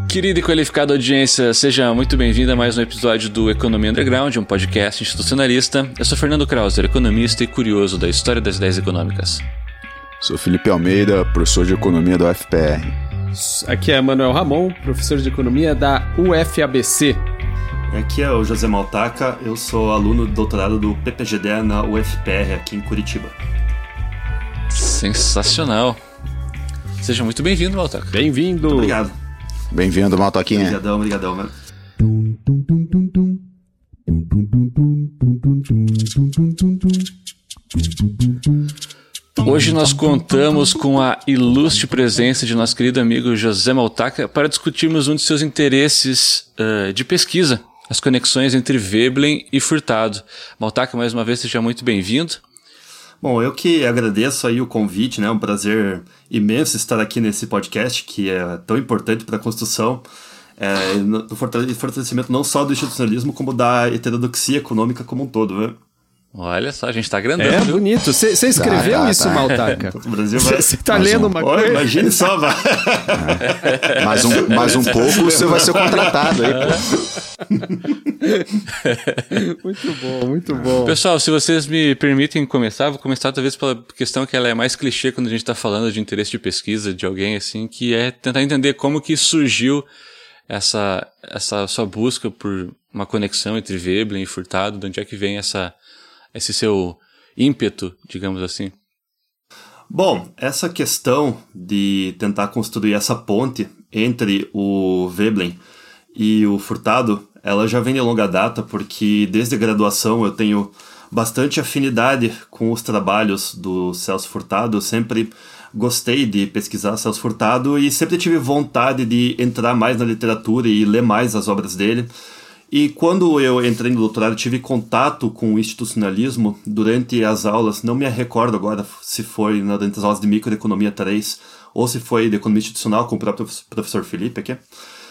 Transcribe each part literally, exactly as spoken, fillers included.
Querida e qualificada audiência, seja muito bem-vinda a mais um episódio do Economia Underground, um podcast institucionalista. Eu sou Fernando Krauser, economista e curioso da história das ideias econômicas. Sou Felipe Almeida, professor de economia da U F P R. Aqui é Manuel Ramon, professor de economia da U F A B C. Aqui é o José Maltaca, eu sou aluno de doutorado do P P G D na U F P R aqui em Curitiba. Sensacional. Seja muito bem-vindo, Maltaca. Bem-vindo. Muito obrigado. Bem-vindo, Maltaquinha. Obrigadão, obrigadão, mano. Hoje nós contamos com a ilustre presença de nosso querido amigo José Maltaca para discutirmos um de seus interesses uh, de pesquisa, as conexões entre Veblen e Furtado. Maltaca, mais uma vez, seja muito bem-vindo. Bom, eu que agradeço aí o convite, né? É um prazer imenso estar aqui nesse podcast que é tão importante para a construção é, do fortalecimento não só do institucionalismo, como da heterodoxia econômica como um todo, né? Olha só, a gente tá grandão. É, viu? Bonito. Você escreveu tá, tá, isso, tá. Maltaca? Você tá lendo um... uma Olha, coisa? Imagine só, vai. É. Mais, um, mais um pouco você vai ser contratado aí, pô. Muito bom, muito bom. Pessoal, se vocês me permitem começar, vou começar talvez pela questão que ela é mais clichê quando a gente tá falando de interesse de pesquisa de alguém, assim, que é tentar entender como que surgiu essa, essa sua busca por uma conexão entre Veblen e Furtado, de onde é que vem essa... esse seu ímpeto, digamos assim? Bom, essa questão de tentar construir essa ponte entre o Veblen e o Furtado, ela já vem de longa data, porque desde a graduação eu tenho bastante afinidade com os trabalhos do Celso Furtado. Eu sempre gostei de pesquisar Celso Furtado e sempre tive vontade de entrar mais na literatura e ler mais as obras dele. E quando eu entrei no doutorado, tive contato com o institucionalismo durante as aulas, não me recordo agora se foi durante as aulas de microeconomia três ou se foi de economia institucional com o próprio professor Felipe aqui,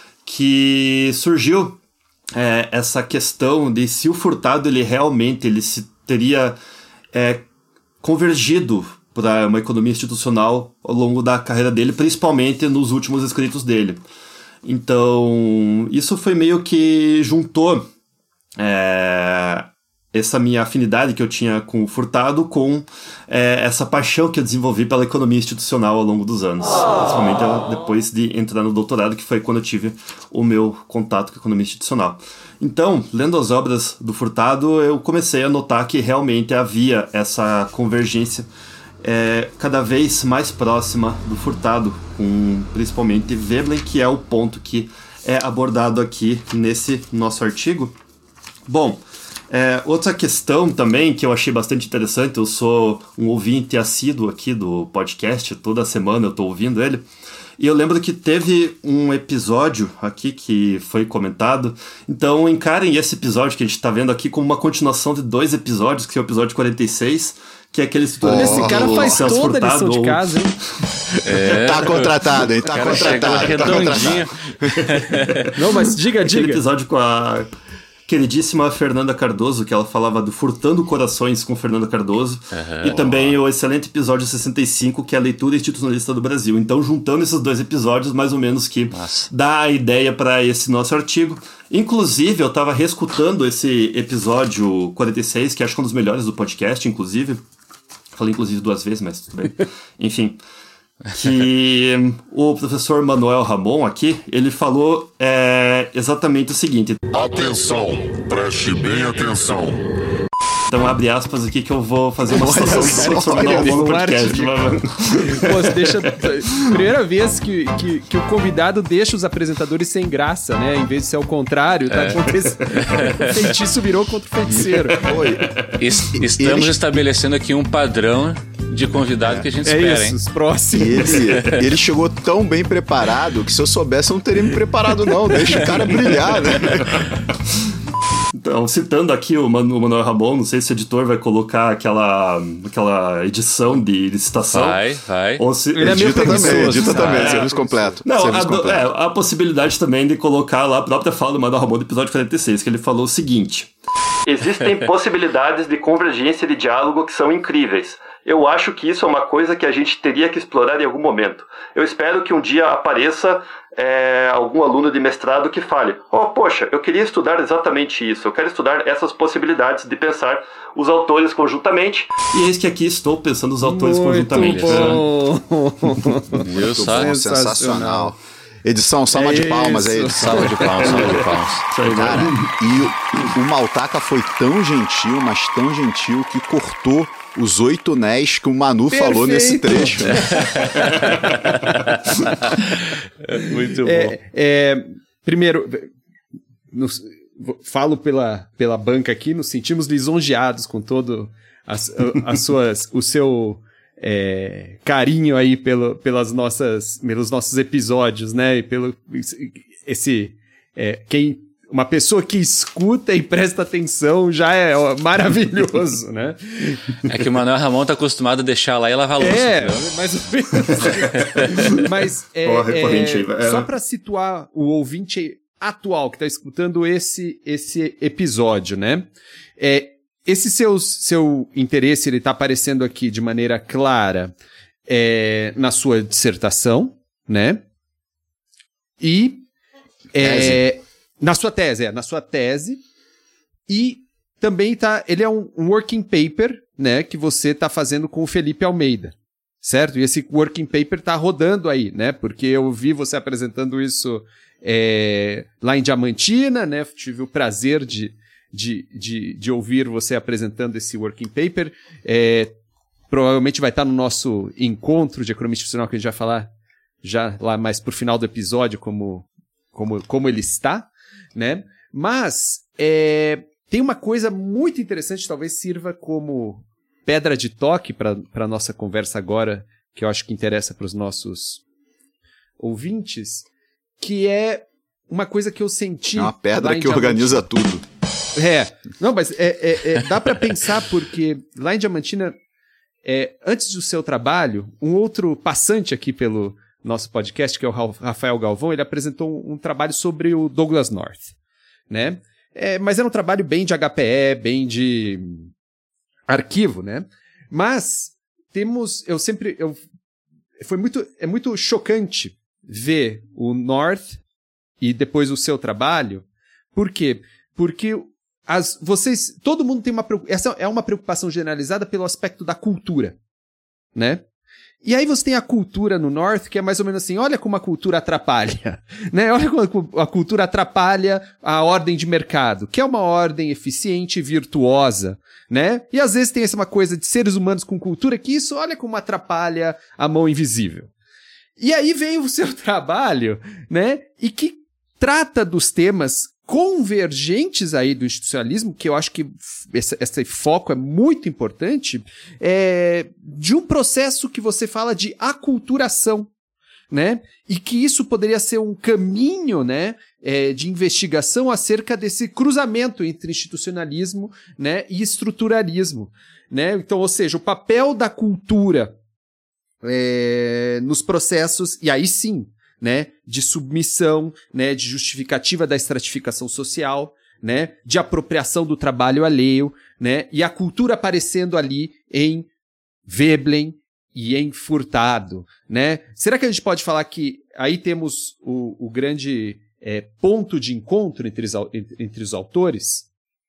que surgiu é, essa questão de se o Furtado ele realmente ele se teria é, convergido para uma economia institucional ao longo da carreira dele, principalmente nos últimos escritos dele. Então, isso foi meio que juntou é, essa minha afinidade que eu tinha com o Furtado com é, essa paixão que eu desenvolvi pela economia institucional ao longo dos anos. Oh. Principalmente depois de entrar no doutorado, que foi quando eu tive o meu contato com a economia institucional. Então, lendo as obras do Furtado, eu comecei a notar que realmente havia essa convergência É, cada vez mais próxima do Furtado, com principalmente Veblen, que é o ponto que é abordado aqui nesse nosso artigo. Bom, é, outra questão também que eu achei bastante interessante, eu sou um ouvinte assíduo aqui do podcast, toda semana eu estou ouvindo ele, e eu lembro que teve um episódio aqui que foi comentado, então encarem esse episódio que a gente está vendo aqui como uma continuação de dois episódios, que é o episódio quarenta e seis, que é aquele... Oh, esse cara faz toda Furtado, a lição de casa, hein? É, tá contratado, hein? Tá contratado. Redondinho. Não, mas diga, diga. Aquele episódio com a queridíssima Fernanda Cardoso, que ela falava do Furtando Corações com Fernanda Cardoso, uhum. E também o excelente episódio sessenta e cinco, que é a leitura institucionalista do Brasil. Então, juntando esses dois episódios, mais ou menos que Nossa. dá a ideia para esse nosso artigo. Inclusive, eu estava reescutando esse episódio quarenta e seis, que acho que é um dos melhores do podcast, inclusive. Falei inclusive duas vezes, mas tudo bem. Enfim, que o professor Manuel Ramon aqui, ele falou é, exatamente o seguinte. Atenção, preste bem atenção. Então abre aspas aqui que eu vou fazer uma citação do professor Manuel Ramon no podcast. Pô, deixa... Primeira vez que, que, que o convidado deixa os apresentadores sem graça, né? Em vez de ser ao contrário, tá é. acontecendo. O feitiço virou contra o feiticeiro. Oi. Estamos ele... estabelecendo aqui um padrão de convidado é. que a gente é espera, isso, hein? Os próximos. Ele, ele chegou tão bem preparado que se eu soubesse eu não teria me preparado não. Deixa o cara brilhar, né? Então, citando aqui o Manuel Ramon, não sei se o editor vai colocar aquela, aquela edição de, de citação. Vai, vai. Ou se... Ele é meio edita também, edita também, é. serviço completo. Não, serviço a, completo. É, a possibilidade também de colocar lá a própria fala do Manuel Ramon do episódio quarenta e seis, que ele falou o seguinte: existem possibilidades de convergência de diálogo que são incríveis. Eu acho que isso é uma coisa que a gente teria que explorar em algum momento. Eu espero que um dia apareça é, algum aluno de mestrado que fale, oh, poxa, eu queria estudar exatamente isso, eu quero estudar essas possibilidades de pensar os autores conjuntamente. E eis que aqui estou pensando os autores Muito conjuntamente. Bom. Viu, sabe? Sensacional. Edição, salva de palmas aí. Salva de palmas, salva de palmas. Cara, e o, o Maltaca foi tão gentil, mas tão gentil, que cortou os oito nés que o Manu Perfeito. falou nesse trecho. Muito bom. É, é, primeiro, nos, falo pela, pela banca aqui, nos sentimos lisonjeados com todo as, as suas, o seu é, carinho aí pelo, pelas nossas, pelos nossos episódios, né? E pelo esse é, quem uma pessoa que escuta e presta atenção já é ó, maravilhoso, né? É que o Manuel Ramon tá acostumado a deixar lá e lavar a louça. É, mais ou menos. Mas é, oh, é, é, só para situar o ouvinte atual que está escutando esse, esse episódio, né? É, esse seu, seu interesse, ele tá aparecendo aqui de maneira clara é, na sua dissertação, né? E... É, na sua tese, é, na sua tese. E também tá, ele é um, um working paper, né, que você tá fazendo com o Felipe Almeida, certo? E esse working paper tá rodando aí, né, porque eu vi você apresentando isso é, lá em Diamantina, né, tive o prazer de, de, de, de ouvir você apresentando esse working paper. É, provavelmente vai estar no nosso encontro de economia institucional, que a gente vai falar já lá mais pro final do episódio, como, como, como ele está. Né? Mas é, tem uma coisa muito interessante, talvez sirva como pedra de toque para a nossa conversa agora, que eu acho que interessa para os nossos ouvintes, que é uma coisa que eu senti... É uma pedra que organiza tudo. É, não, mas é, é, é, dá para pensar porque lá em Diamantina, é, antes do seu trabalho, um outro passante aqui pelo... nosso podcast, que é o Rafael Galvão, ele apresentou um, um trabalho sobre o Douglass North, né? É, mas era um trabalho bem de H P E, bem de arquivo, né? Mas temos, eu sempre, eu, foi muito, é muito chocante ver o North e depois o seu trabalho. Por quê? Porque as, vocês, todo mundo tem uma, essa é uma preocupação generalizada pelo aspecto da cultura, né? E aí você tem a cultura no North, que é mais ou menos assim, olha como a cultura atrapalha, né? Olha como a cultura atrapalha a ordem de mercado, que é uma ordem eficiente e virtuosa, né? E às vezes tem essa uma coisa de seres humanos com cultura, que isso, olha como atrapalha a mão invisível. E aí vem o seu trabalho, né? E que trata dos temas convergentes aí do institucionalismo, que eu acho que esse, esse foco é muito importante, é, de um processo que você fala de aculturação, né? E que isso poderia ser um caminho, né, é, de investigação acerca desse cruzamento entre institucionalismo, né, e estruturalismo, né? Então, ou seja, o papel da cultura é, nos processos, e aí sim, né, de submissão, né, de justificativa da estratificação social, né, de apropriação do trabalho alheio, né, e a cultura aparecendo ali em Veblen e em Furtado, né? Será que a gente pode falar que aí temos o, o grande é, ponto de encontro entre os, entre os autores?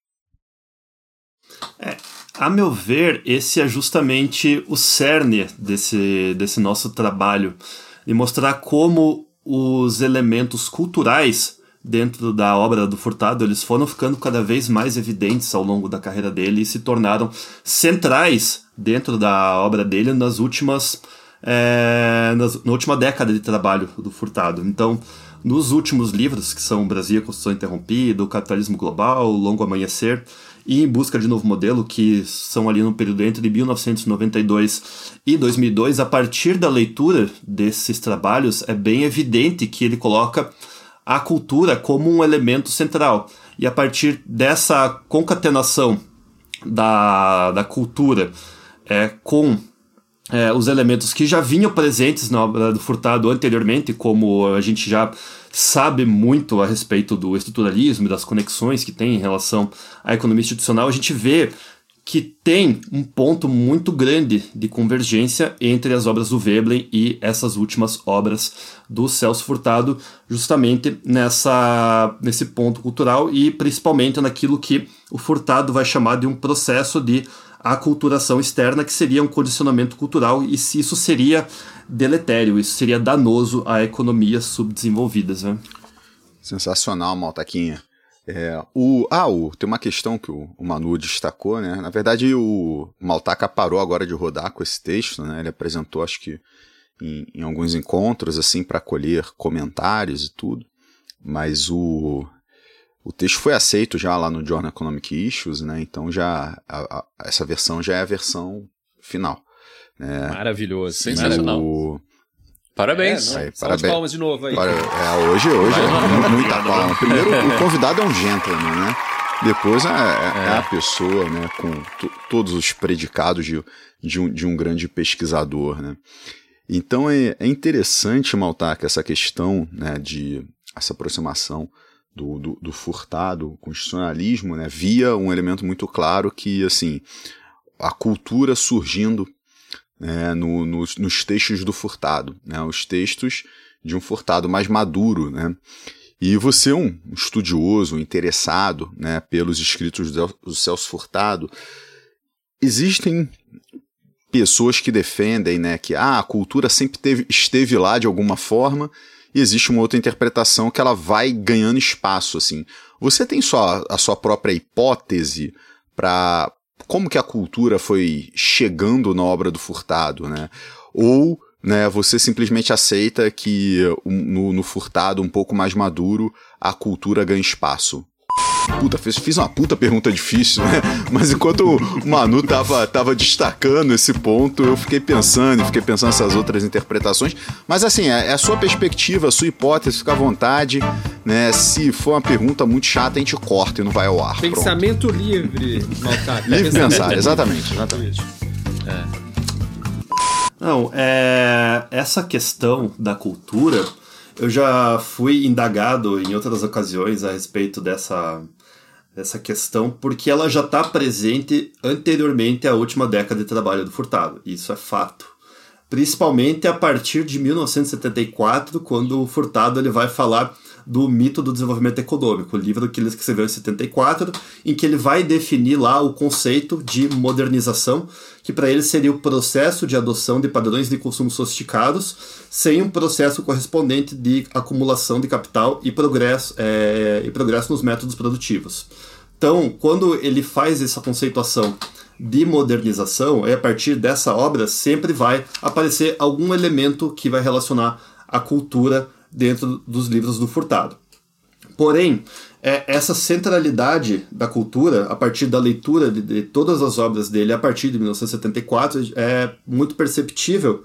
É, a meu ver, esse é justamente o cerne desse, desse nosso trabalho, e mostrar como os elementos culturais dentro da obra do Furtado, eles foram ficando cada vez mais evidentes ao longo da carreira dele e se tornaram centrais dentro da obra dele nas últimas, é, nas, na última década de trabalho do Furtado. Então, nos últimos livros, que são Brasil, a Construção Interrompida, O Capitalismo Global, O Longo Amanhecer e Em Busca de Novo Modelo, que são ali no período entre mil novecentos e noventa e dois e dois mil e dois, a partir da leitura desses trabalhos, é bem evidente que ele coloca a cultura como um elemento central. E a partir dessa concatenação da, da cultura é, com é, os elementos que já vinham presentes na obra do Furtado anteriormente, como a gente já sabe muito a respeito do estruturalismo e das conexões que tem em relação à economia institucional, a gente vê que tem um ponto muito grande de convergência entre as obras do Veblen e essas últimas obras do Celso Furtado, justamente nessa, nesse ponto cultural e principalmente naquilo que o Furtado vai chamar de um processo de aculturação externa, que seria um condicionamento cultural, e se isso seria deletério, isso seria danoso a economias subdesenvolvidas. Né? Sensacional, Maltaquinha. É, o, ah, o, tem uma questão que o, o Manu destacou, né? Na verdade, o Maltaca parou agora de rodar com esse texto, né? Ele apresentou, acho que em, em alguns encontros, assim, para colher comentários e tudo, mas o, o texto foi aceito já lá no Journal Economic Issues, né? Então já a, a, essa versão já é a versão final. Né? Maravilhoso, sensacional. O, Parabéns. É, aí, parabéns. Palmas de novo aí. Para, é, hoje hoje é muita palma. Primeiro, o convidado é um gentleman, né? Depois é, é, é a pessoa, né? Com t- todos os predicados de, de, um, de um grande pesquisador, né? Então é, é interessante, Maltaca, essa questão, né? De essa aproximação do, do, do Furtado, o constitucionalismo, né? Via um elemento muito claro que, assim, a cultura surgindo É, no, no, nos textos do Furtado, né, os textos de um Furtado mais maduro, né, e você, um estudioso, um interessado, né, pelos escritos do, do Celso Furtado, existem pessoas que defendem, né, que ah, a cultura sempre teve, esteve lá de alguma forma, e existe uma outra interpretação que ela vai ganhando espaço, assim. Você tem só a sua própria hipótese para como que a cultura foi chegando na obra do Furtado, né? Ou, né, você simplesmente aceita que no, no Furtado um pouco mais maduro a cultura ganha espaço? Puta, fiz, fiz uma puta pergunta difícil, né? Mas enquanto o Manu tava, tava destacando esse ponto, eu fiquei pensando, fiquei pensando nessas outras interpretações. Mas assim, é, é a sua perspectiva, a sua hipótese, fica à vontade, né? Se for uma pergunta muito chata, a gente corta e não vai ao ar. Pensamento pronto. livre, Maltaca. Livre pensar, exatamente, exatamente. É. Não, é, essa questão da cultura, eu já fui indagado em outras ocasiões a respeito dessa, dessa questão, porque ela já está presente anteriormente à última década de trabalho do Furtado. Isso é fato. Principalmente a partir de mil novecentos e setenta e quatro, quando o Furtado ele vai falar do Mito do Desenvolvimento Econômico, o livro que ele escreveu em setenta e quatro, em que ele vai definir lá o conceito de modernização, que para ele seria o processo de adoção de padrões de consumo sofisticados, sem um processo correspondente de acumulação de capital e progresso, é, e progresso nos métodos produtivos. Então, quando ele faz essa conceituação de modernização, a partir dessa obra sempre vai aparecer algum elemento que vai relacionar a cultura dentro dos livros do Furtado. Porém, é, essa centralidade da cultura, a partir da leitura de, de todas as obras dele, a partir de mil novecentos e setenta e quatro, é muito perceptível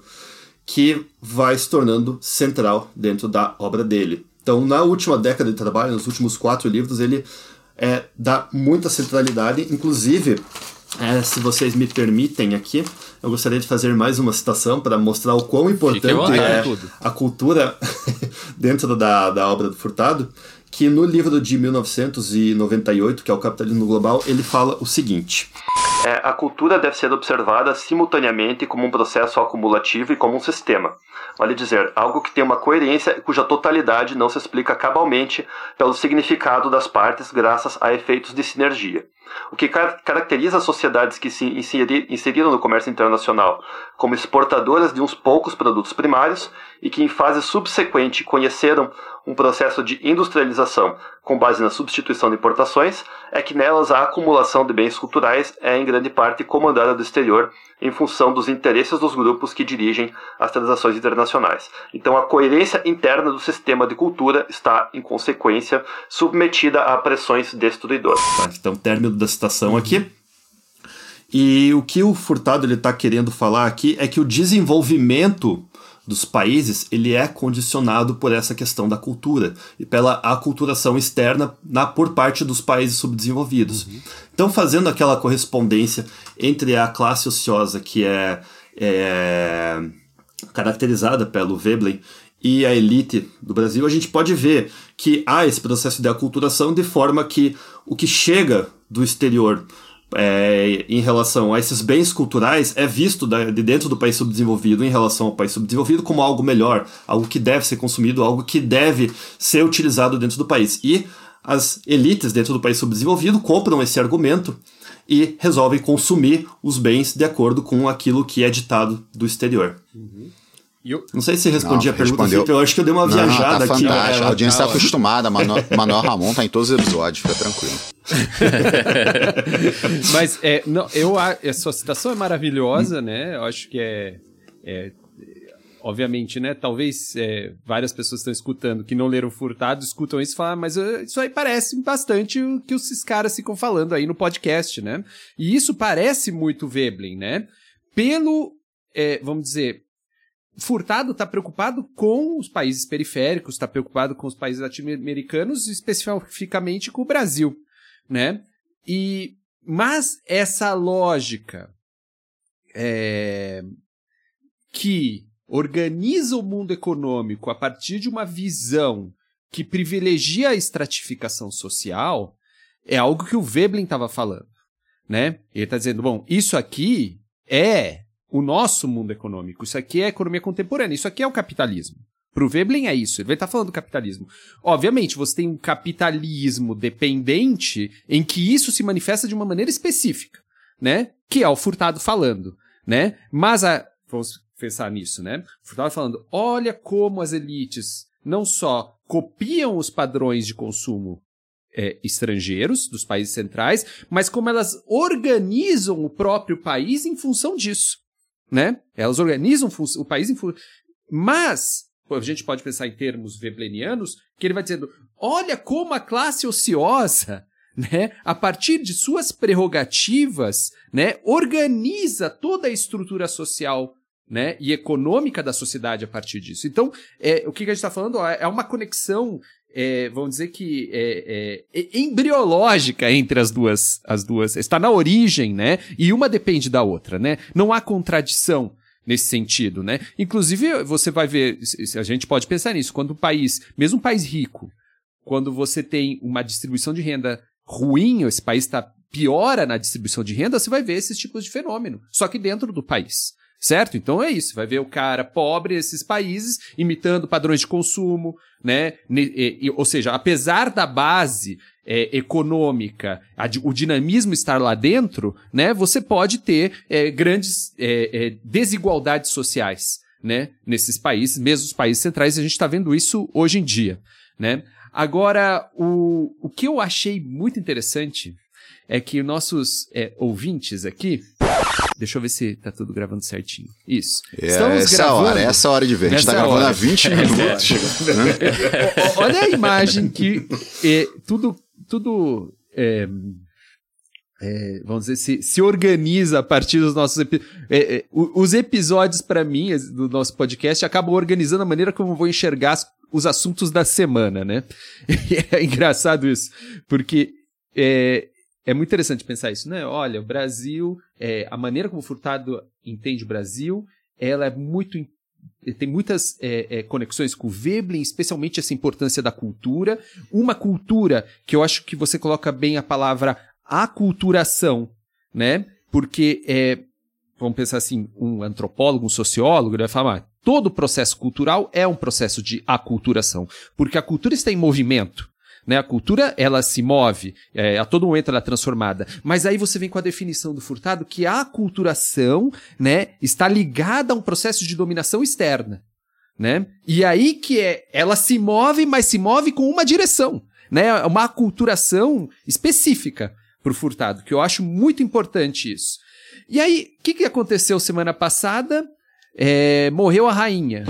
que vai se tornando central dentro da obra dele. Então, na última década de trabalho, nos últimos quatro livros, ele é, dá muita centralidade, inclusive... É, se vocês me permitem aqui, eu gostaria de fazer mais uma citação para mostrar o quão importante é a cultura dentro da, da obra do Furtado, que no livro de mil novecentos e noventa e oito, que é o Capitalismo Global, ele fala o seguinte: é, a cultura deve ser observada simultaneamente como um processo acumulativo e como um sistema. Vale dizer, algo que tem uma coerência e cuja totalidade não se explica cabalmente pelo significado das partes graças a efeitos de sinergia. O que car- caracteriza as sociedades que se inseri- inseriram no comércio internacional como exportadoras de uns poucos produtos primários e que em fase subsequente conheceram um processo de industrialização com base na substituição de importações, é que nelas a acumulação de bens culturais é em grande parte comandada do exterior em função dos interesses dos grupos que dirigem as transações internacionais. Então a coerência interna do sistema de cultura está, em consequência, submetida a pressões destruidoras. Tá, então, término da citação aqui. E o que o Furtado está querendo falar aqui é que o desenvolvimento dos países ele é condicionado por essa questão da cultura e pela aculturação externa na, por parte dos países subdesenvolvidos. Uhum. Então, fazendo aquela correspondência entre a classe ociosa que é, é caracterizada pelo Veblen e a elite do Brasil, a gente pode ver que há esse processo de aculturação de forma que o que chega do exterior é, em relação a esses bens culturais é visto da, de dentro do país subdesenvolvido em relação ao país subdesenvolvido como algo melhor, algo que deve ser consumido, algo que deve ser utilizado dentro do país. E as elites dentro do país subdesenvolvido compram esse argumento e resolvem consumir os bens de acordo com aquilo que é ditado do exterior. Uhum. Eu... Não sei se respondi não, a pergunta, respondeu. Felipe, eu acho que eu dei uma não, viajada tá aqui. Fantástico. É, a audiência está tá acostumada, Mano, Manuel Ramon tá em todos os episódios, fica tranquilo. Mas é, não, eu, a, a sua citação é maravilhosa, né? Eu acho que é... é obviamente, né? Talvez é, várias pessoas estão escutando que não leram Furtado, escutam isso e falam, ah, mas uh, isso aí parece bastante o que esses caras ficam falando aí no podcast, né? E isso parece muito Veblen, né? Pelo, é, vamos dizer... Furtado está preocupado com os países periféricos, está preocupado com os países latino-americanos, especificamente com o Brasil, né? E, mas essa lógica é, que organiza o mundo econômico a partir de uma visão que privilegia a estratificação social é algo que o Veblen estava falando, né? Ele está dizendo, bom, isso aqui é o nosso mundo econômico, isso aqui é a economia contemporânea, isso aqui é o capitalismo. Para o Veblen é isso, ele vai estar falando do capitalismo. Obviamente, você tem um capitalismo dependente em que isso se manifesta de uma maneira específica, né? Que é o Furtado falando, né? Mas, a... vamos pensar nisso, né? O Furtado falando, olha como as elites não só copiam os padrões de consumo É, estrangeiros, dos países centrais, mas como elas organizam o próprio país em função disso, né? Elas organizam o país em função... Mas, a gente pode pensar em termos veblenianos, que ele vai dizendo, olha como a classe ociosa, né, a partir de suas prerrogativas, né, organiza toda a estrutura social, né, e econômica da sociedade a partir disso. Então, é, o que a gente está falando ó, é uma conexão... É, vamos dizer que é, é, é embriológica entre as duas, as duas, está na origem, né? E uma depende da outra, né? Não há contradição nesse sentido, né? Inclusive, você vai ver, a gente pode pensar nisso, quando um país, mesmo um país rico, quando você tem uma distribuição de renda ruim, esse país tá, piora na distribuição de renda, você vai ver esses tipos de fenômeno, só que dentro do país. Certo? Então é isso, vai ver o cara pobre nesses países imitando padrões de consumo, né? E, e, ou seja, apesar da base é, econômica, a, o dinamismo estar lá dentro, né? Você pode ter é, grandes é, é, desigualdades sociais, né? Nesses países, mesmo os países centrais, a gente está vendo isso hoje em dia, né? Agora, o, o que eu achei muito interessante é que nossos é, ouvintes aqui... Deixa eu ver se tá tudo gravando certinho. Isso. É, Estamos essa gravando... hora, essa hora de ver. A gente tá gravando hora. há vinte minutos. Né? Olha a imagem que é, tudo, tudo é, é, vamos dizer, se, se organiza a partir dos nossos episódios. É, é, os episódios, para mim, do nosso podcast, acabam organizando a maneira como eu vou enxergar as, os assuntos da semana, né? É engraçado isso, porque... É, É muito interessante pensar isso, né? Olha, o Brasil, é, a maneira como o Furtado entende o Brasil, ela é muito, tem muitas é, é, conexões com o Veblen, especialmente essa importância da cultura. Uma cultura que eu acho que você coloca bem a palavra aculturação, né? Porque, é, vamos pensar assim, um antropólogo, um sociólogo, ele vai falar, ah, todo processo cultural é um processo de aculturação, porque a cultura está em movimento. Né? A cultura, ela se move, é, a todo momento ela é transformada. Mas aí você vem com a definição do Furtado que a aculturação, né, está ligada a um processo de dominação externa. Né? E aí que é, ela se move, mas se move com uma direção. Né? Uma aculturação específica para o Furtado, que eu acho muito importante isso. E aí, o que, que aconteceu semana passada? É, morreu a rainha.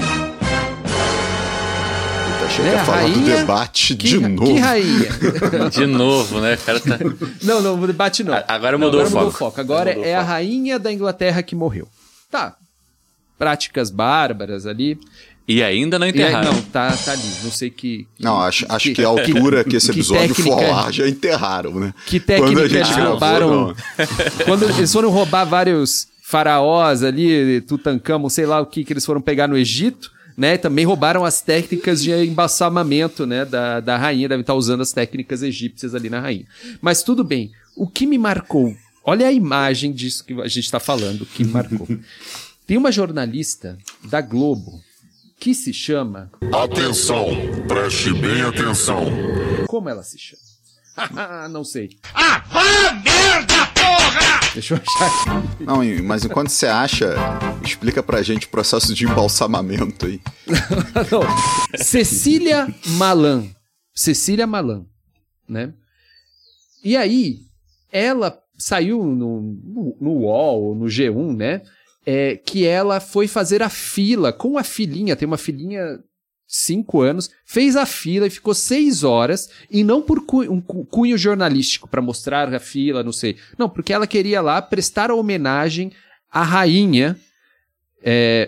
Achei que ia falar do debate que, de novo. Que rainha? De novo, né? O cara tá... Não, não, o debate não. Agora mudou, não, agora o, mudou foco. o foco. Agora mudou é o a foco. rainha da Inglaterra que morreu. Tá. Práticas bárbaras ali. E ainda não E aí, enterraram. não, tá, tá ali. Não sei que... que não, acho, acho que, que a altura que, que esse episódio que técnica, for ao ar já enterraram, né? Que técnica Quando a gente eles gravou, roubaram... não. Quando eles foram roubar vários faraós ali, Tutankhamon, sei lá o que que eles foram pegar no Egito, né? Também roubaram as técnicas de embalsamamento, né? Da, da rainha, devem estar usando as técnicas egípcias ali na rainha. Mas tudo bem. O que me marcou olha a imagem disso que a gente está falando, que marcou. Tem uma jornalista da Globo que se chama... Atenção, preste bem atenção. Como ela se chama? Não sei. Ah, vá merda, porra! Deixa eu achar aqui. Não, mas enquanto você acha, explica pra gente o processo de embalsamamento aí. Não. Cecília Malan. Cecília Malan, né? E aí, ela saiu no, no, no U O L, no G um, né? É, que ela foi fazer a fila com a filhinha, tem uma filhinha cinco anos, fez a fila e ficou seis horas, e não por cu- um cu- cunho jornalístico, para mostrar a fila, não sei. Não, porque ela queria lá prestar a homenagem à rainha, é,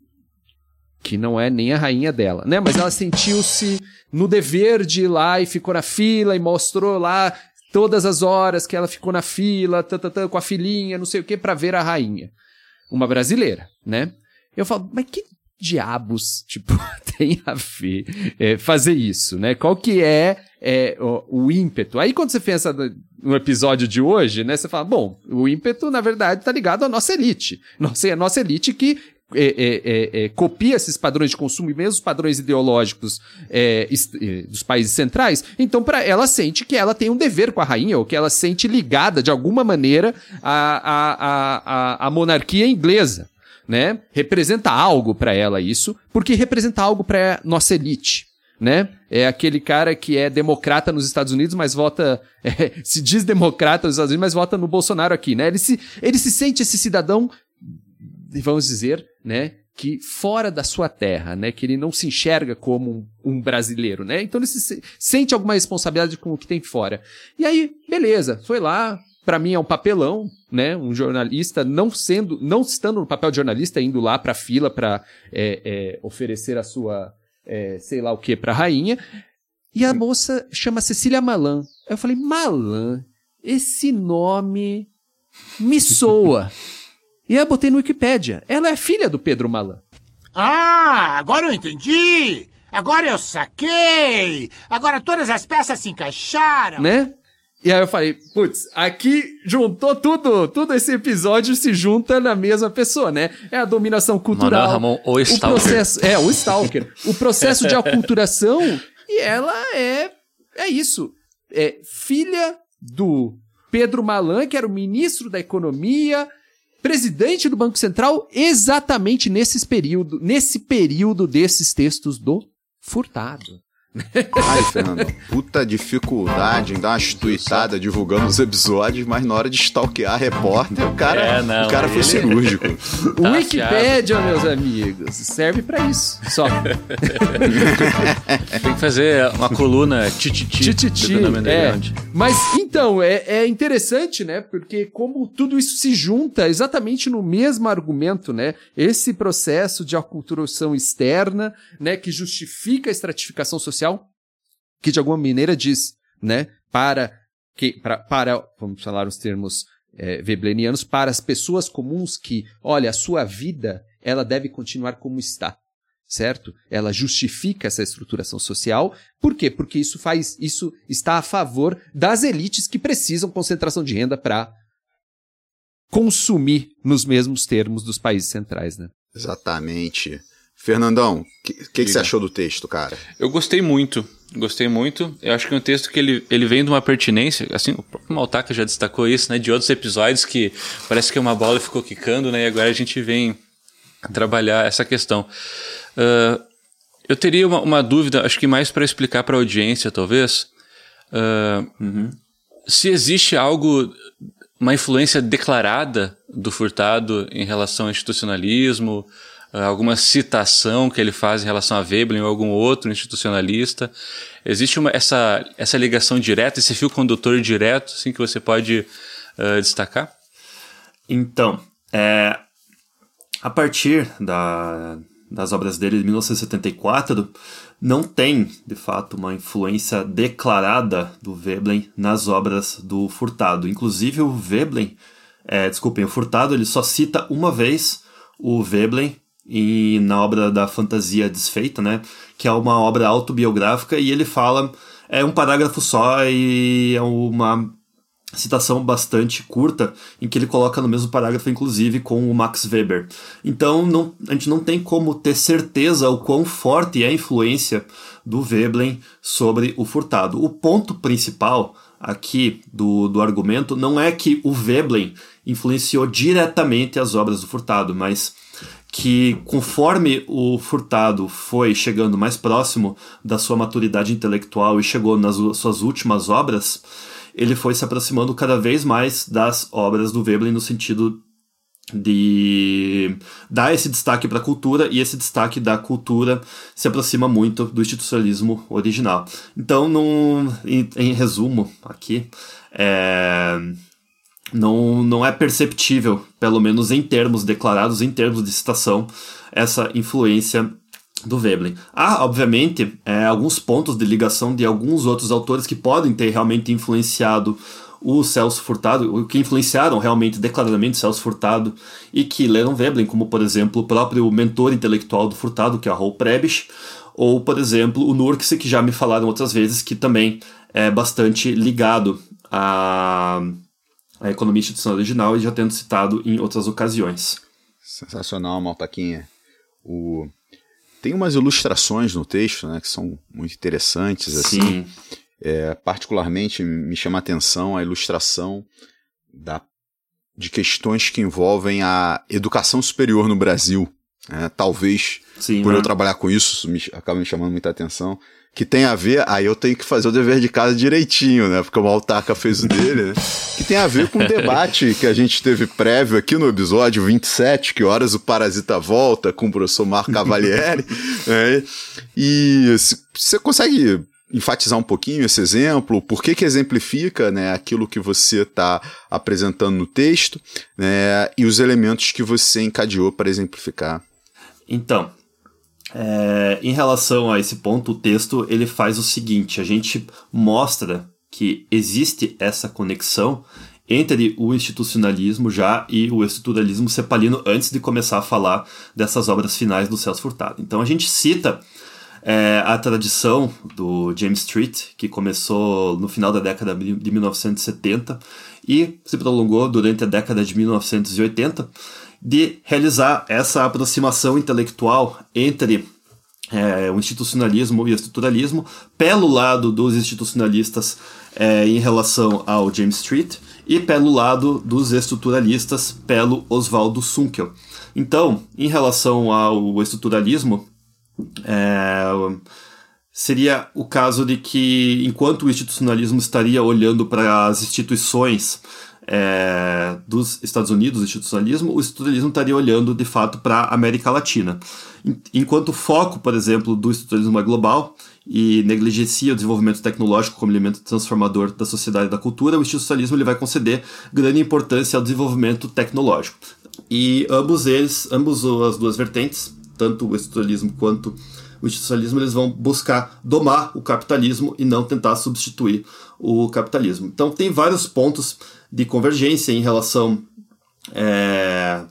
que não é nem a rainha dela, né? Mas ela sentiu-se no dever de ir lá e ficou na fila e mostrou lá todas as horas que ela ficou na fila, tã, tã, tã, com a filhinha, não sei o que, para ver a rainha. Uma brasileira, né? Eu falo, mas que diabos, tipo, tem a ver é, fazer isso, né? Qual que é, é o, o ímpeto? Aí quando você pensa no episódio de hoje, né? Você fala, bom, o ímpeto, na verdade, tá ligado à nossa elite. Nossa, a nossa elite que é, é, é, é, copia esses padrões de consumo e mesmo os padrões ideológicos é, est- é, dos países centrais. Então, pra, ela sente que ela tem um dever com a rainha, ou que ela sente ligada, de alguma maneira, à, à, à, à, à monarquia inglesa. Né? Representa algo para ela isso, porque representa algo para nossa elite, né? É aquele cara que é democrata nos Estados Unidos, mas vota, é, se diz democrata nos Estados Unidos, mas vota no Bolsonaro aqui, né? Ele se, ele se sente esse cidadão, vamos dizer, né? Que fora da sua terra, né? Que ele não se enxerga como um, um brasileiro, né? Então ele se sente alguma responsabilidade com o que tem fora. E aí, beleza, foi lá. Para mim é um papelão, né? Um jornalista não sendo, não estando no papel de jornalista, indo lá para a fila para é, é, oferecer a sua, é, sei lá o que, para a rainha. E a moça chama Cecília Malan. Aí eu falei, Malan, esse nome me soa. E aí eu botei no Wikipédia. Ela é filha do Pedro Malan. Ah, agora eu entendi! Agora eu saquei! Agora todas as peças se encaixaram! Né? E aí eu falei, putz, aqui juntou tudo, todo esse episódio se junta na mesma pessoa, né? É a dominação cultural. Manuel Ramon, o Stalker. O processo, é, o Stalker. O processo de aculturação, e ela é, é isso. É filha do Pedro Malan, que era o ministro da Economia, presidente do Banco Central, exatamente nesses período, nesse período desses textos do Furtado. Ai, Fernando, puta dificuldade em dar umas tuitadas divulgando os episódios, mas na hora de stalkear repórter, o cara, É, não, o cara foi ele- cirúrgico. O Tá Wikipédia, meus amigos, serve pra isso. Só. Tem que fazer uma coluna tititi. Tititi, do nome é. underground. Mas, então, é, é interessante, né? Porque como tudo isso se junta exatamente no mesmo argumento, né? Esse processo de aculturação externa, né? Que justifica a estratificação social, que de alguma maneira diz, né? Para, que, para, para vamos falar os termos é, weblenianos, para as pessoas comuns que, olha, a sua vida, ela deve continuar como está. Certo? Ela justifica essa estruturação social. Por quê? Porque isso faz, isso está a favor das elites que precisam concentração de renda para consumir nos mesmos termos dos países centrais, né? Exatamente. Fernandão, o que, que, que você achou do texto, cara? Eu gostei muito, gostei muito. Eu acho que é um texto que ele, ele vem de uma pertinência, assim, o próprio Maltaca já destacou isso, né, de outros episódios que parece que uma bola ficou quicando, né, e agora a gente vem trabalhar essa questão. Uh, eu teria uma, uma dúvida, acho que mais para explicar para a audiência, talvez, uh, uhum. se existe algo, uma influência declarada do Furtado em relação ao institucionalismo, alguma citação que ele faz em relação a Veblen ou algum outro institucionalista. Existe uma, essa, essa ligação direta, esse fio condutor direto, assim, que você pode uh, destacar? Então, é, a partir da, das obras dele de mil novecentos e setenta e quatro, não tem, de fato, uma influência declarada do Veblen nas obras do Furtado. Inclusive, o Veblen, é, desculpem, o Furtado, ele só cita uma vez o Veblen e na obra da Fantasia Desfeita, né, que é uma obra autobiográfica, e ele fala, é um parágrafo só e é uma, citação bastante curta, em que ele coloca no mesmo parágrafo, inclusive, com o Max Weber. Então, não, a gente não tem como ter certeza o quão forte é a influência do Veblen sobre o Furtado. O ponto principal aqui do, do argumento não é que o Veblen influenciou diretamente as obras do Furtado, mas que conforme o Furtado foi chegando mais próximo da sua maturidade intelectual e chegou nas suas últimas obras, ele foi se aproximando cada vez mais das obras do Veblen no sentido de dar esse destaque para a cultura, e esse destaque da cultura se aproxima muito do institucionalismo original. Então, num, em, em resumo aqui, é, não, não é perceptível, pelo menos em termos declarados, em termos de citação, essa influência do Veblen. Há, obviamente, é, alguns pontos de ligação de alguns outros autores que podem ter realmente influenciado o Celso Furtado, que influenciaram realmente, declaradamente, o Celso Furtado e que leram Veblen, como, por exemplo, o próprio mentor intelectual do Furtado, que é o Raul Prebisch, ou, por exemplo, o Nurkse, que já me falaram outras vezes, que também é bastante ligado à, à economia institucional original e já tendo citado em outras ocasiões. Sensacional, Maltaquinha. O... Tem umas ilustrações no texto, né, que são muito interessantes. Assim. Sim. É, particularmente me chama a atenção a ilustração da, de questões que envolvem a educação superior no Brasil. É, talvez, Sim, por né? eu trabalhar com isso, me, acaba me chamando muita atenção. Que tem a ver, aí eu tenho que fazer o dever de casa direitinho, né? Porque o Maltaca fez o dele, né? Que tem a ver com o debate que a gente teve prévio aqui no episódio vinte e sete, que horas o Parasita volta, com o professor Marco Cavalieri. Né? E você consegue enfatizar um pouquinho esse exemplo? Por que que exemplifica, né, aquilo que você está apresentando no texto, né, e os elementos que você encadeou para exemplificar? Então, é, em relação a esse ponto, o texto ele faz o seguinte: a gente mostra que existe essa conexão entre o institucionalismo já e o estruturalismo cepalino antes de começar a falar dessas obras finais do Celso Furtado. Então a gente cita É, a tradição do James Street, que começou no final da década de mil novecentos e setenta e se prolongou durante a década de mil novecentos e oitenta, de realizar essa aproximação intelectual entre é, o institucionalismo e o estruturalismo, pelo lado dos institucionalistas é, em relação ao James Street e pelo lado dos estruturalistas pelo Oswaldo Sunkel. Então, em relação ao estruturalismo, É, seria o caso de que, enquanto o institucionalismo estaria olhando para as instituições é, dos Estados Unidos, o institucionalismo, o estruturalismo estaria olhando, de fato, para a América Latina. Enquanto o foco, por exemplo, do estruturalismo é global e negligencia o desenvolvimento tecnológico como elemento transformador da sociedade e da cultura, o institucionalismo ele vai conceder grande importância ao desenvolvimento tecnológico. E ambos eles, ambos as duas vertentes, tanto o estruturalismo quanto o institucionalismo, eles vão buscar domar o capitalismo e não tentar substituir o capitalismo. Então tem vários pontos de convergência em relação é,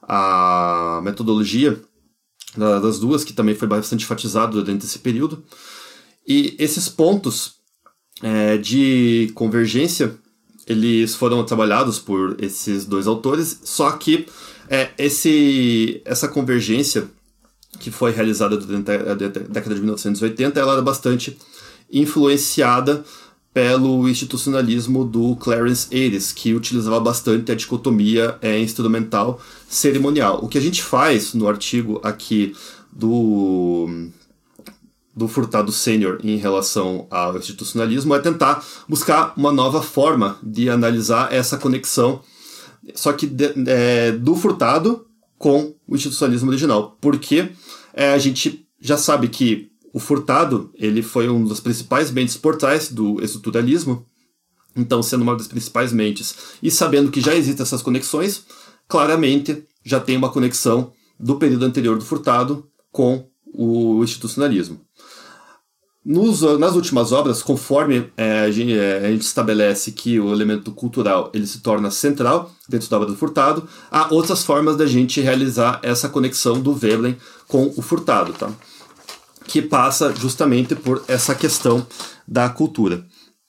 à metodologia das duas, que também foi bastante enfatizado durante esse período. E esses pontos é, de convergência, eles foram trabalhados por esses dois autores, só que é, esse, essa convergência que foi realizada durante a década de mil novecentos e oitenta, ela era bastante influenciada pelo institucionalismo do Clarence Ayres, que utilizava bastante a dicotomia é, instrumental cerimonial. O que a gente faz no artigo aqui do, do Furtado Sênior em relação ao institucionalismo é tentar buscar uma nova forma de analisar essa conexão, só que de, é, do Furtado com o institucionalismo original, porque é, a gente já sabe que o Furtado ele foi um dos principais mentes por trás do estruturalismo, então sendo uma das principais mentes e sabendo que já existem essas conexões, claramente já tem uma conexão do período anterior do Furtado com o institucionalismo. Nos, nas últimas obras, conforme é, a, gente, é, a gente estabelece que o elemento cultural ele se torna central dentro da obra do Furtado, há outras formas da gente realizar essa conexão do Veblen com o Furtado, tá? Que passa justamente por essa questão da cultura.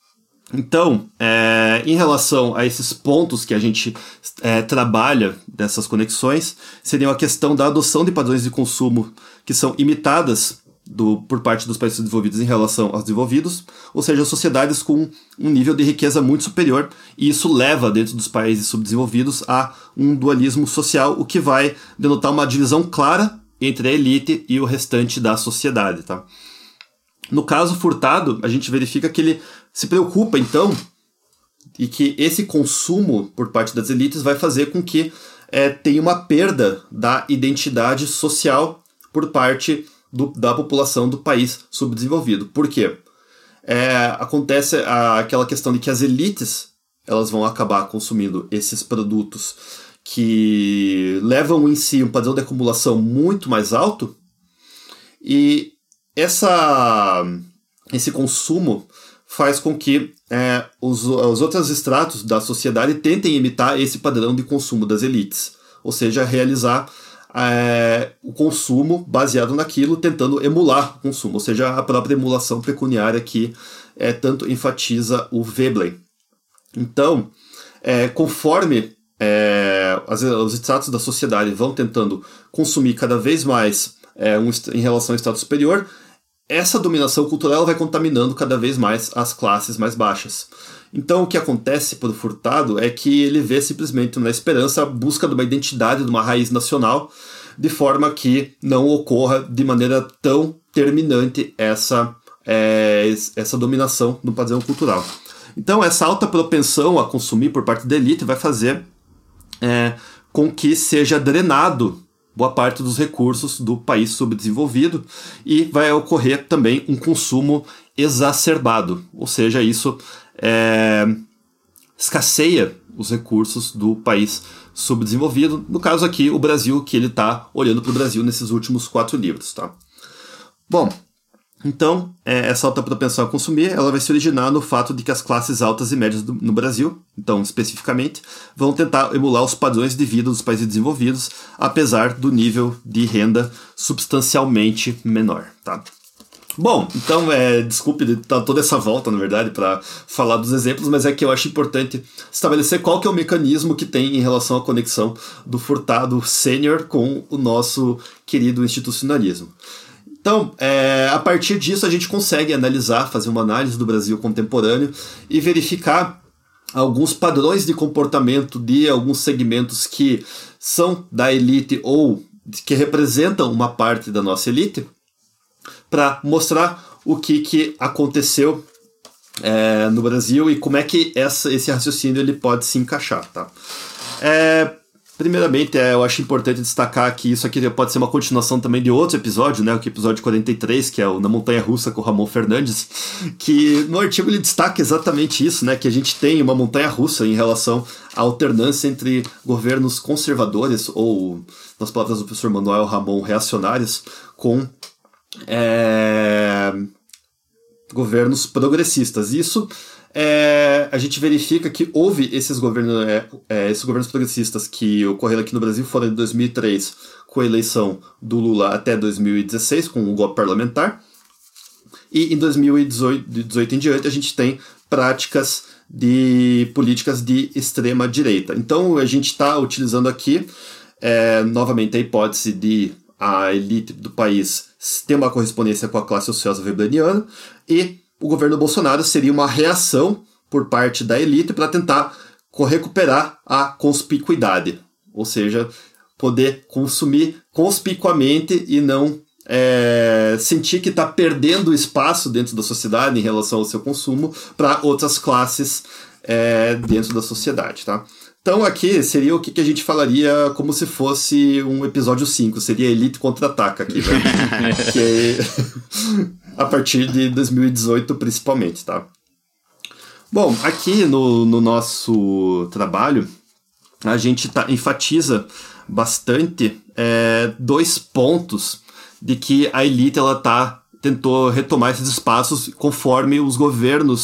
Então, é, em relação a esses pontos que a gente é, trabalha dessas conexões, seria a questão da adoção de padrões de consumo que são imitadas do, por parte dos países desenvolvidos em relação aos desenvolvidos, ou seja, sociedades com um nível de riqueza muito superior, e isso leva dentro dos países subdesenvolvidos a um dualismo social, o que vai denotar uma divisão clara entre a elite e o restante da sociedade, tá? No caso Furtado, a gente verifica que ele se preocupa, então, e que esse consumo por parte das elites vai fazer com que é, tenha uma perda da identidade social por parte do, da população do país subdesenvolvido. Por quê? É, acontece a, aquela questão de que as elites elas vão acabar consumindo esses produtos que levam em si um padrão de acumulação muito mais alto, e essa, esse consumo faz com que é, os, os outros estratos da sociedade tentem imitar esse padrão de consumo das elites, ou seja, realizar é, o consumo baseado naquilo, tentando emular o consumo, ou seja, a própria emulação pecuniária que é, tanto enfatiza o Veblen. Então, é, conforme é, as, os estratos da sociedade vão tentando consumir cada vez mais é, um, em relação ao estado superior, essa dominação cultural vai contaminando cada vez mais as classes mais baixas. Então o que acontece para o Furtado é que ele vê simplesmente na esperança a busca de uma identidade, de uma raiz nacional, de forma que não ocorra de maneira tão terminante essa, é, essa dominação no padrão cultural. Então essa alta propensão a consumir por parte da elite vai fazer é, com que seja drenado boa parte dos recursos do país subdesenvolvido, e vai ocorrer também um consumo exacerbado, ou seja, isso é, escasseia os recursos do país subdesenvolvido, no caso aqui o Brasil, que ele está olhando para o Brasil nesses últimos quatro livros. Tá? Bom, então é, essa alta propensão a consumir ela vai se originar no fato de que as classes altas e médias do, no Brasil, então especificamente, vão tentar emular os padrões de vida dos países desenvolvidos, apesar do nível de renda substancialmente menor. Tá? Bom, então, é, desculpe de dar toda essa volta, na verdade, para falar dos exemplos, mas é que eu acho importante estabelecer qual que é o mecanismo que tem em relação à conexão do Furtado Sênior com o nosso querido institucionalismo. Então, é, a partir disso, a gente consegue analisar, fazer uma análise do Brasil contemporâneo e verificar alguns padrões de comportamento de alguns segmentos que são da elite ou que representam uma parte da nossa elite, para mostrar o que, que aconteceu é, no Brasil e como é que essa, esse raciocínio ele pode se encaixar. Tá? É, primeiramente, é, eu acho importante destacar que isso aqui pode ser uma continuação também de outro episódio, né, o episódio quarenta e três, que é o Na Montanha Russa com o Ramon Fernandes, que no artigo ele destaca exatamente isso, né, que a gente tem uma montanha russa em relação à alternância entre governos conservadores, ou, nas palavras do professor Manuel Ramon, reacionários, com É, governos progressistas. Isso é, a gente verifica que houve esses governos, é, é, esses governos progressistas que ocorreram aqui no Brasil foram de dois mil e três, com a eleição do Lula, até dois mil e dezesseis, com o golpe parlamentar, e em dois mil e dezoito em diante a gente tem práticas de políticas de extrema direita. Então a gente está utilizando aqui é, novamente a hipótese de a elite do país tem uma correspondência com a classe ociosa webleniana, e o governo Bolsonaro seria uma reação por parte da elite para tentar recuperar a conspicuidade, ou seja, poder consumir conspicuamente e não é, sentir que está perdendo espaço dentro da sociedade em relação ao seu consumo para outras classes é, dentro da sociedade. Tá? Então aqui seria o que, que a gente falaria como se fosse um episódio cinco, seria Elite Contra-Ataca aqui, né? Que é a partir de dois mil e dezoito principalmente, tá? Bom, aqui no, no nosso trabalho a gente tá, enfatiza bastante é, dois pontos de que a elite ela tá, tentou retomar esses espaços conforme os governos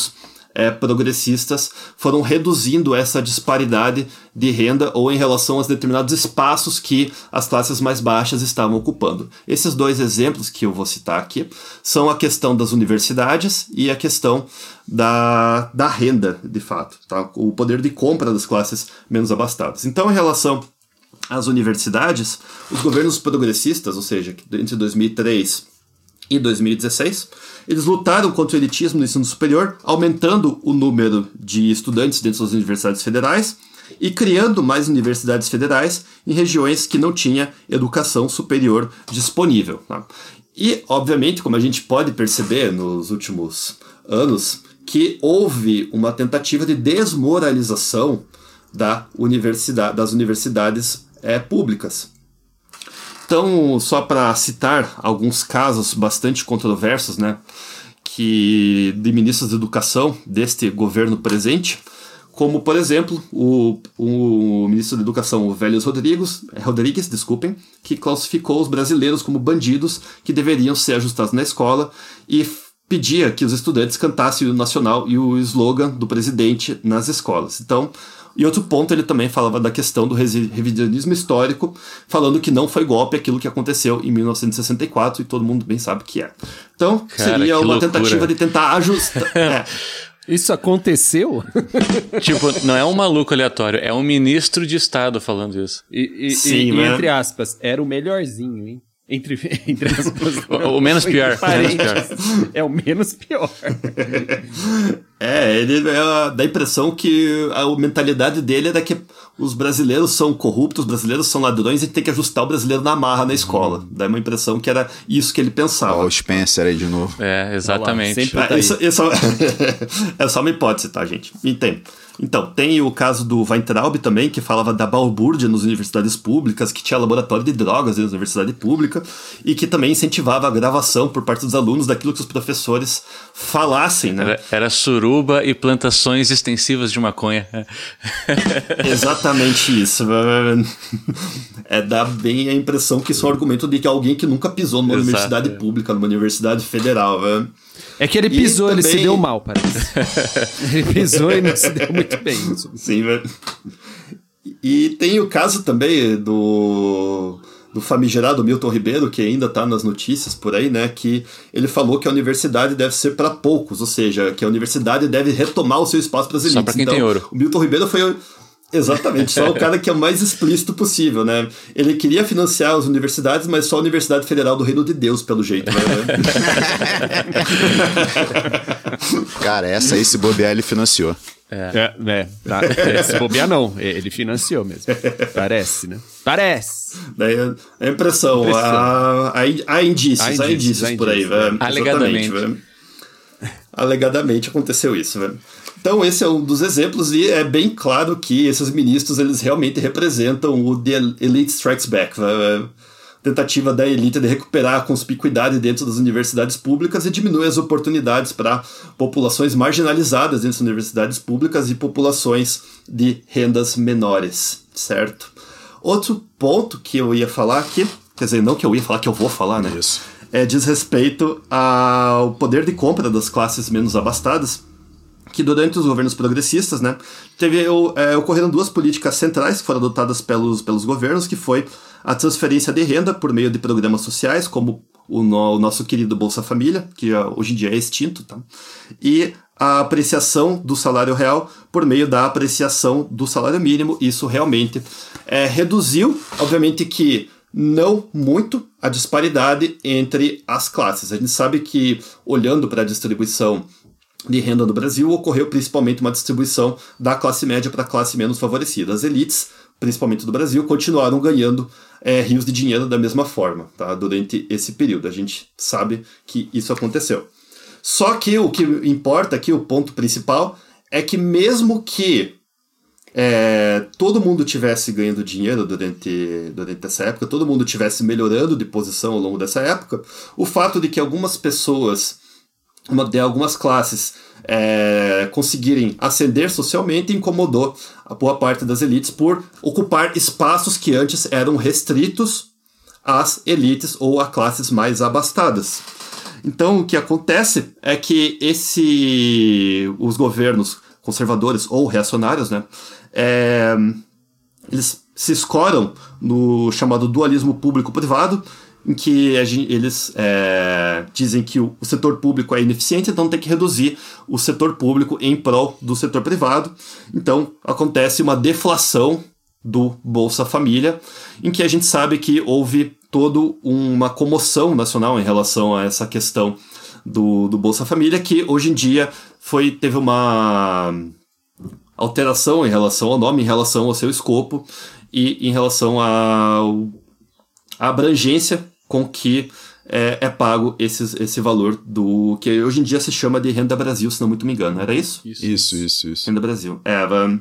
é, progressistas foram reduzindo essa disparidade de renda ou em relação aos determinados espaços que as classes mais baixas estavam ocupando. Esses dois exemplos que eu vou citar aqui são a questão das universidades e a questão da, da renda, de fato, tá? O poder de compra das classes menos abastadas. Então, em relação às universidades, os governos progressistas, ou seja, entre dois mil e três e dois mil e dezesseis, eles lutaram contra o elitismo no ensino superior, aumentando o número de estudantes dentro das universidades federais e criando mais universidades federais em regiões que não tinha educação superior disponível. Tá? E, obviamente, como a gente pode perceber nos últimos anos, que houve uma tentativa de desmoralização da universidade, das universidades é, públicas. Então, só para citar alguns casos bastante controversos, né, que, de ministros da educação deste governo presente, como, por exemplo, o, o ministro da Educação, o Vélez Rodrigues, Rodrigues, desculpem, que classificou os brasileiros como bandidos que deveriam ser ajustados na escola e pedia que os estudantes cantassem o nacional e o slogan do presidente nas escolas. Então, e outro ponto, ele também falava da questão do revisionismo histórico, falando que não foi golpe aquilo que aconteceu em mil novecentos e sessenta e quatro, e todo mundo bem sabe que é. Então, Cara, seria uma loucura. Tentativa de tentar ajustar... é. Isso aconteceu? Tipo, não é um maluco aleatório, é um ministro de Estado falando isso. E, e, Sim, e, e entre aspas, era o melhorzinho, hein? Entre, entre aspas, o, o menos pior, menos pior. É o menos pior. É, ele é, dá a impressão que a mentalidade dele era que os brasileiros são corruptos, os brasileiros são ladrões e tem que ajustar o brasileiro na marra na escola. Uhum. Dá uma impressão que era isso que ele pensava. Ó, o Spencer aí de novo. É, exatamente. Sempre é, tá isso, isso é só uma hipótese, tá, gente? Entendo. Então, tem o caso do Weintraub também, que falava da balbúrdia nas universidades públicas, que tinha laboratório de drogas na universidade pública, e que também incentivava a gravação por parte dos alunos daquilo que os professores falassem, né? Era, era suruba e plantações extensivas de maconha. Exatamente isso. É, dá bem a impressão que isso é um argumento de que alguém que nunca pisou numa Exato, universidade é. pública, numa universidade federal, né? É que ele pisou, também... ele se deu mal, parece. Ele pisou e não se deu muito bem. Sim, velho. E tem o caso também do, do famigerado Milton Ribeiro, que ainda está nas notícias por aí, né? Que ele falou que a universidade deve ser para poucos, ou seja, que a universidade deve retomar o seu espaço para as elites. Só para quem então, tem ouro. O Milton Ribeiro foi... Exatamente, só o cara que é o mais explícito possível, né? Ele queria financiar as universidades, mas só a Universidade Federal do Reino de Deus, pelo jeito, né? Cara, essa aí, se bobear, ele financiou. É, é, é, tá, é se bobear não, ele financiou mesmo. Parece, né? Parece. Daí a impressão, impressão. Há, há indícios, há indícios, há indícios há por aí, velho. Alegadamente. Véio. Alegadamente aconteceu isso, velho. Então esse é um dos exemplos e é bem claro que esses ministros eles realmente representam o The Elite Strikes Back, a tentativa da elite de recuperar a conspicuidade dentro das universidades públicas e diminuir as oportunidades para populações marginalizadas dentro das universidades públicas e populações de rendas menores, certo? Outro ponto que eu ia falar aqui, quer dizer, não que eu ia falar, que eu vou falar, né? Isso. É, diz respeito ao poder de compra das classes menos abastadas, que durante os governos progressistas, né, teve, é, ocorreram duas políticas centrais que foram adotadas pelos, pelos governos, que foi a transferência de renda por meio de programas sociais, como o, no, o nosso querido Bolsa Família, que hoje em dia é extinto, tá? E a apreciação do salário real por meio da apreciação do salário mínimo. Isso realmente é, reduziu, obviamente que não muito, a disparidade entre as classes. A gente sabe que, olhando para a distribuição de renda no Brasil, ocorreu principalmente uma distribuição da classe média para a classe menos favorecida. As elites, principalmente do Brasil, continuaram ganhando é, rios de dinheiro da mesma forma, tá? Durante esse período. A gente sabe que isso aconteceu. Só que o que importa aqui, o ponto principal, é que mesmo que é, todo mundo tivesse ganhando dinheiro durante, durante essa época, todo mundo tivesse melhorando de posição ao longo dessa época, o fato de que algumas pessoas de algumas classes é, conseguirem ascender socialmente incomodou a boa parte das elites por ocupar espaços que antes eram restritos às elites ou a classes mais abastadas. Então, o que acontece é que esse, os governos conservadores ou reacionários, né, é, eles se escoram no chamado dualismo público-privado, em que a gente, eles é, dizem que o, o setor público é ineficiente, então tem que reduzir o setor público em prol do setor privado. Então, acontece uma deflação do Bolsa Família, em que a gente sabe que houve toda uma comoção nacional em relação a essa questão do, do Bolsa Família, que hoje em dia foi, teve uma alteração em relação ao nome, em relação ao seu escopo e em relação ao, à abrangência com que é, é pago esses, esse valor do que hoje em dia se chama de Renda Brasil, se não muito me engano. Era isso? Isso, isso, isso. isso. Renda Brasil. Era...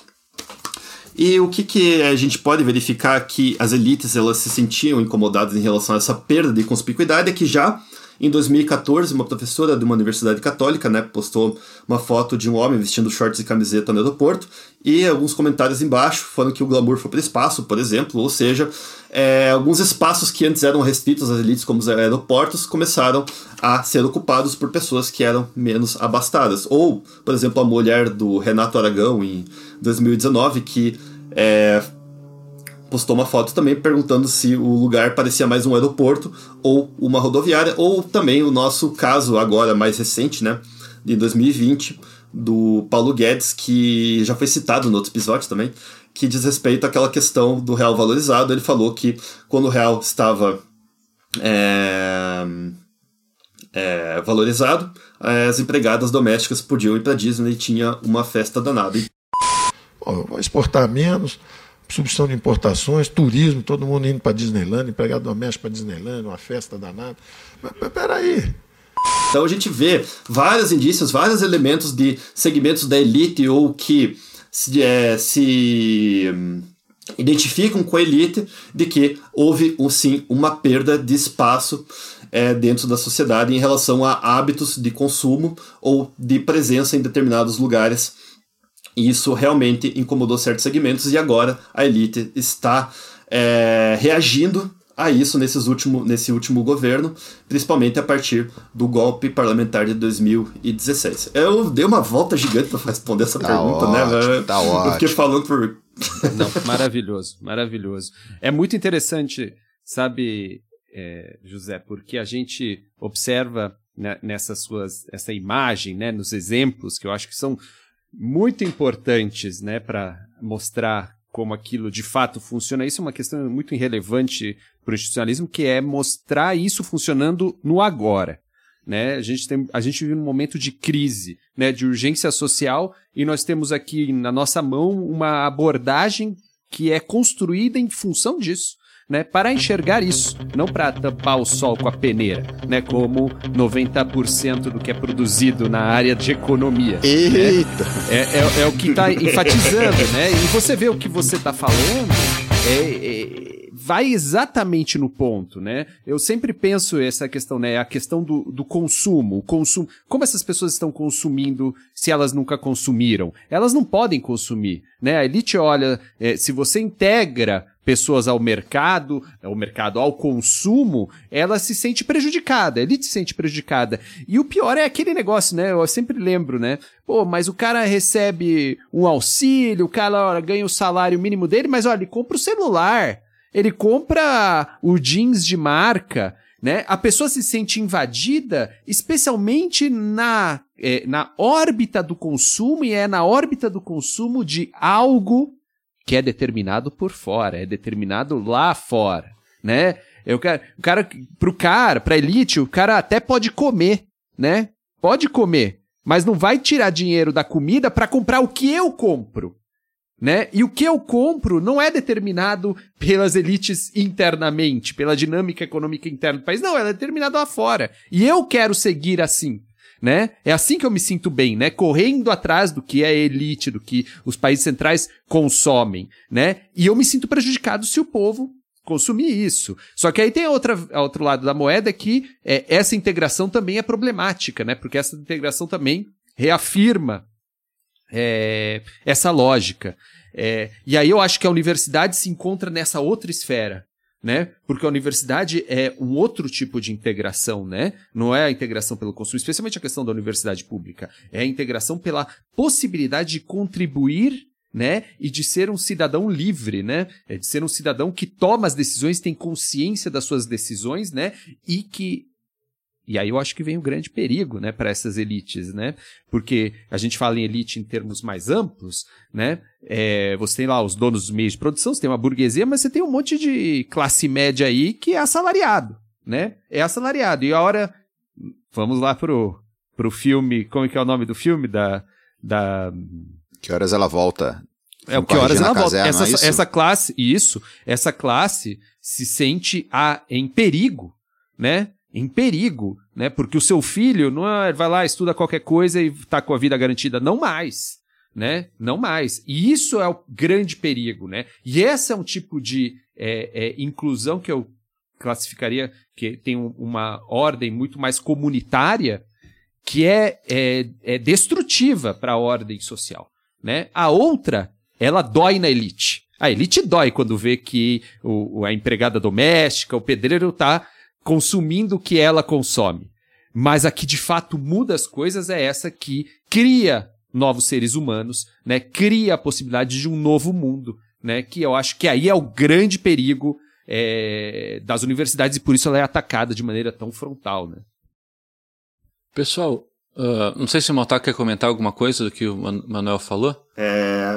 E o que, que a gente pode verificar que as elites elas se sentiam incomodadas em relação a essa perda de conspicuidade é que já em dois mil e catorze uma professora de uma universidade católica, né, postou uma foto de um homem vestindo shorts e camiseta no aeroporto e alguns comentários embaixo falando que o glamour foi para o espaço, por exemplo, ou seja, é, alguns espaços que antes eram restritos às elites, como os aeroportos, começaram a ser ocupados por pessoas que eram menos abastadas. Ou, por exemplo, a mulher do Renato Aragão em dois mil e dezenove, que é, postou uma foto também perguntando se o lugar parecia mais um aeroporto ou uma rodoviária, ou também o nosso caso agora mais recente, né, de dois mil e vinte, do Paulo Guedes, que já foi citado no outro episódio também, que diz respeito àquela questão do real valorizado. Ele falou que quando o real estava é, é, valorizado, as empregadas domésticas podiam ir para Disney e tinha uma festa danada. Vai exportar menos, substituição de importações, turismo, todo mundo indo para Disneyland, empregado doméstico para Disneyland, uma festa danada. Mas peraí. Então a gente vê vários indícios, vários elementos de segmentos da elite ou que se, é, se identificam com a elite de que houve, sim, uma perda de espaço é, dentro da sociedade em relação a hábitos de consumo ou de presença em determinados lugares. E isso realmente incomodou certos segmentos e agora a elite está é, reagindo a isso nesses último, nesse último governo, principalmente a partir do golpe parlamentar de dois mil e dezesseis. Eu dei uma volta gigante para responder essa tá pergunta, ótimo, né? Tá ótimo. Eu fiquei falando por... Não, maravilhoso, maravilhoso. É muito interessante, sabe, é, José, porque a gente observa, né, nessas suas, essa imagem, né, nos exemplos, que eu acho que são muito importantes, né, para mostrar como aquilo de fato funciona. Isso é uma questão muito irrelevante para o institucionalismo, que é mostrar isso funcionando no agora. Né? A gente tem, a gente vive num momento de crise, né, de urgência social, e nós temos aqui na nossa mão uma abordagem que é construída em função disso. Né, para enxergar isso, não para tampar o sol com a peneira, né, como noventa por cento do que é produzido na área de economia. Eita! Né? É, é, é o que está enfatizando, né? E você vê o que você está falando, é, é, vai exatamente no ponto, né? Eu sempre penso essa questão, né? A questão do, do consumo, o consumo. Como essas pessoas estão consumindo se elas nunca consumiram? Elas não podem consumir, né? A elite olha, é, se você integra pessoas ao mercado, ao mercado, ao consumo, ela se sente prejudicada, a elite se sente prejudicada. E o pior é aquele negócio, né? Eu sempre lembro, né? Pô, mas o cara recebe um auxílio, o cara olha, ganha o salário mínimo dele, mas olha, ele compra o celular, ele compra o jeans de marca, né? A pessoa se sente invadida, especialmente na, é, na órbita do consumo, e é na órbita do consumo de algo que é determinado por fora, é determinado lá fora, né? Eu quero, o cara, pro cara, pra elite, o cara até pode comer, né? Pode comer, mas não vai tirar dinheiro da comida para comprar o que eu compro, né? E o que eu compro não é determinado pelas elites internamente, pela dinâmica econômica interna do país, não, ela é determinada lá fora. E eu quero seguir assim. Né? É assim que eu me sinto bem, né? Correndo atrás do que é a elite, do que os países centrais consomem, né? E eu me sinto prejudicado se o povo consumir isso. Só que aí tem a outra, a outro lado da moeda que é, essa integração também é problemática, né? Porque essa integração também reafirma é, essa lógica. É, e aí eu acho que a universidade se encontra nessa outra esfera, né? Porque a universidade é um outro tipo de integração, né? Não é a integração pelo consumo, especialmente a questão da universidade pública. É a integração pela possibilidade de contribuir, né? E de ser um cidadão livre, né? É de ser um cidadão que toma as decisões, tem consciência das suas decisões, né? E que... E aí eu acho que vem um grande perigo, né, para essas elites, né? Porque a gente fala em elite em termos mais amplos, né? É, você tem lá os donos dos meios de produção, você tem uma burguesia, mas você tem um monte de classe média aí que é assalariado, né? É assalariado. E a hora... Vamos lá pro, pro filme... Como é que é o nome do filme? Da... da... Que horas ela volta? É o que horas ela volta. Essa, é essa classe... Isso. Essa classe se sente a, em perigo, né? Em perigo, né? Porque o seu filho não é, vai lá, estuda qualquer coisa e tá com a vida garantida. Não mais, né? Não mais. E isso é o grande perigo, né? E esse é um tipo de é, é, inclusão que eu classificaria, que tem um, uma ordem muito mais comunitária, que é, é, é destrutiva para a ordem social, né? A outra, ela dói na elite. A elite dói quando vê que o, a empregada doméstica, o pedreiro tá consumindo o que ela consome. Mas a que de fato muda as coisas é essa que cria novos seres humanos, né? Cria a possibilidade de um novo mundo, né? Que eu acho que aí é o grande perigo é, das universidades e por isso ela é atacada de maneira tão frontal, né? Pessoal, uh, não sei se o Maltac quer comentar alguma coisa do que o Man- Manuel falou. É...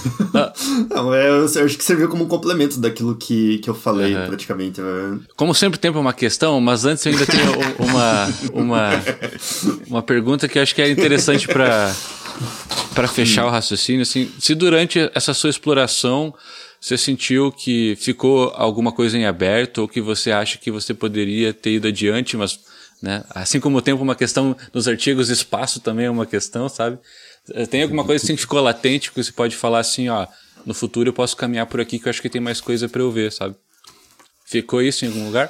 Não, é, eu acho que serviu como um complemento daquilo que, que eu falei, uhum. praticamente. Como sempre tem uma questão, mas antes eu ainda tenho uma, uma, uma pergunta que eu acho que é interessante para para fechar o raciocínio. Assim, se durante essa sua exploração você sentiu que ficou alguma coisa em aberto ou que você acha que você poderia ter ido adiante, mas, né, assim como o tempo é uma questão nos artigos, espaço também é uma questão, sabe? Tem alguma coisa assim que ficou latente que você pode falar assim, ó, no futuro eu posso caminhar por aqui que eu acho que tem mais coisa pra eu ver, sabe? Ficou isso em algum lugar?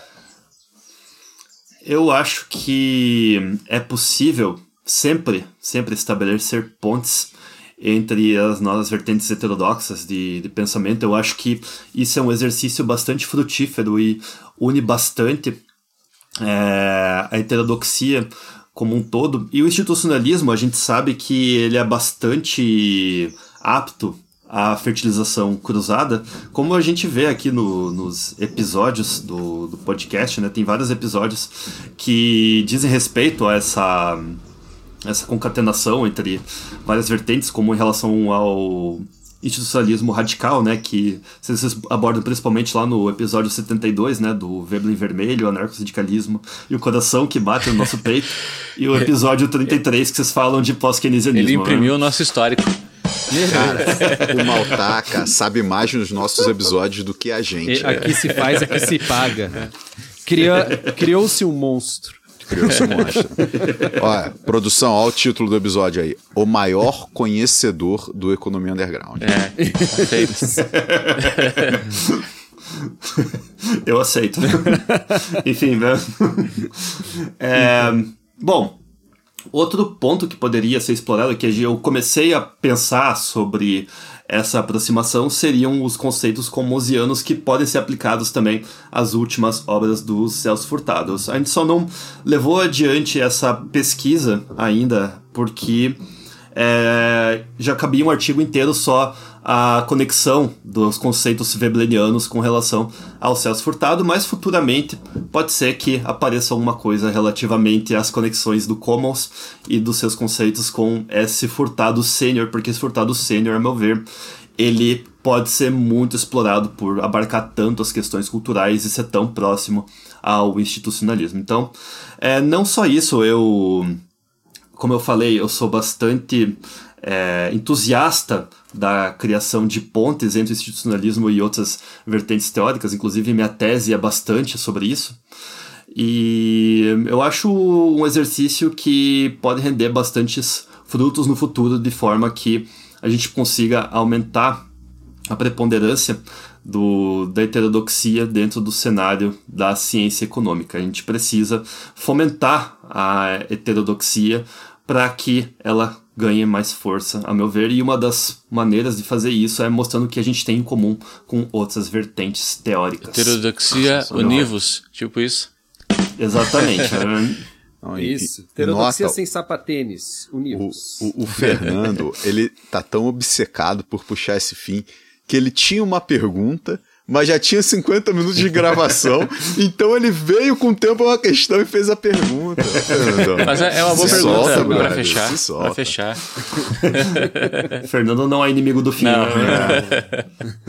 Eu acho que é possível sempre, sempre estabelecer pontes entre as nossas vertentes heterodoxas de, de pensamento. Eu acho que isso é um exercício bastante frutífero e une bastante é, a heterodoxia como um todo. E o institucionalismo, a gente sabe que ele é bastante apto à fertilização cruzada, como a gente vê aqui no, nos episódios do, do podcast, né? Tem vários episódios que dizem respeito a essa, essa concatenação entre várias vertentes, como em relação ao institucionalismo radical, né, que vocês abordam principalmente lá no episódio setenta e dois, né, do Veblen Vermelho, o anarcossindicalismo e o coração que bate no nosso peito, e o episódio trinta e três que vocês falam de pós-keynesianismo. Ele imprimiu, né, o nosso histórico. Cara, o Maltaca sabe mais nos nossos episódios do que a gente. Aqui é. se faz, aqui se paga. Cria, criou-se um monstro. Criou-se um monstro. Olha, produção, olha o título do episódio aí. O maior conhecedor do Economia Underground. É, perfeito. Eu aceito. Enfim, né? É, bom, outro ponto que poderia ser explorado, que eu comecei a pensar sobre essa aproximação, seriam os conceitos comosianos que podem ser aplicados também às últimas obras do Celso Furtado. A gente só não levou adiante essa pesquisa ainda porque é, já cabia um artigo inteiro só a conexão dos conceitos weblenianos com relação ao Celso Furtado, mas futuramente pode ser que apareça alguma coisa relativamente às conexões do Commons e dos seus conceitos com esse Furtado Sênior, porque esse Furtado Sênior, a meu ver, ele pode ser muito explorado por abarcar tanto as questões culturais e ser tão próximo ao institucionalismo. Então, é, não só isso, eu, como eu falei, eu sou bastante é, entusiasta da criação de pontes entre o institucionalismo e outras vertentes teóricas, inclusive minha tese é bastante sobre isso, e eu acho um exercício que pode render bastantes frutos no futuro, de forma que a gente consiga aumentar a preponderância do, da heterodoxia dentro do cenário da ciência econômica. A gente precisa fomentar a heterodoxia para que ela ganhe mais força, a meu ver. E uma das maneiras de fazer isso é mostrando o que a gente tem em comum com outras vertentes teóricas. Heterodoxia univos, tipo isso. Exatamente. Não, isso. Heterodoxia sem sapatênis, univos. O, o, o Fernando, ele tá tão obcecado por puxar esse fim que ele tinha uma pergunta, mas já tinha cinquenta minutos de gravação, então ele veio com o tempo uma questão e fez a pergunta. Mas é uma boa se pergunta solta, pra brother, fechar. se solta. Pra fechar. Fernando não é inimigo do fim. Não. Né?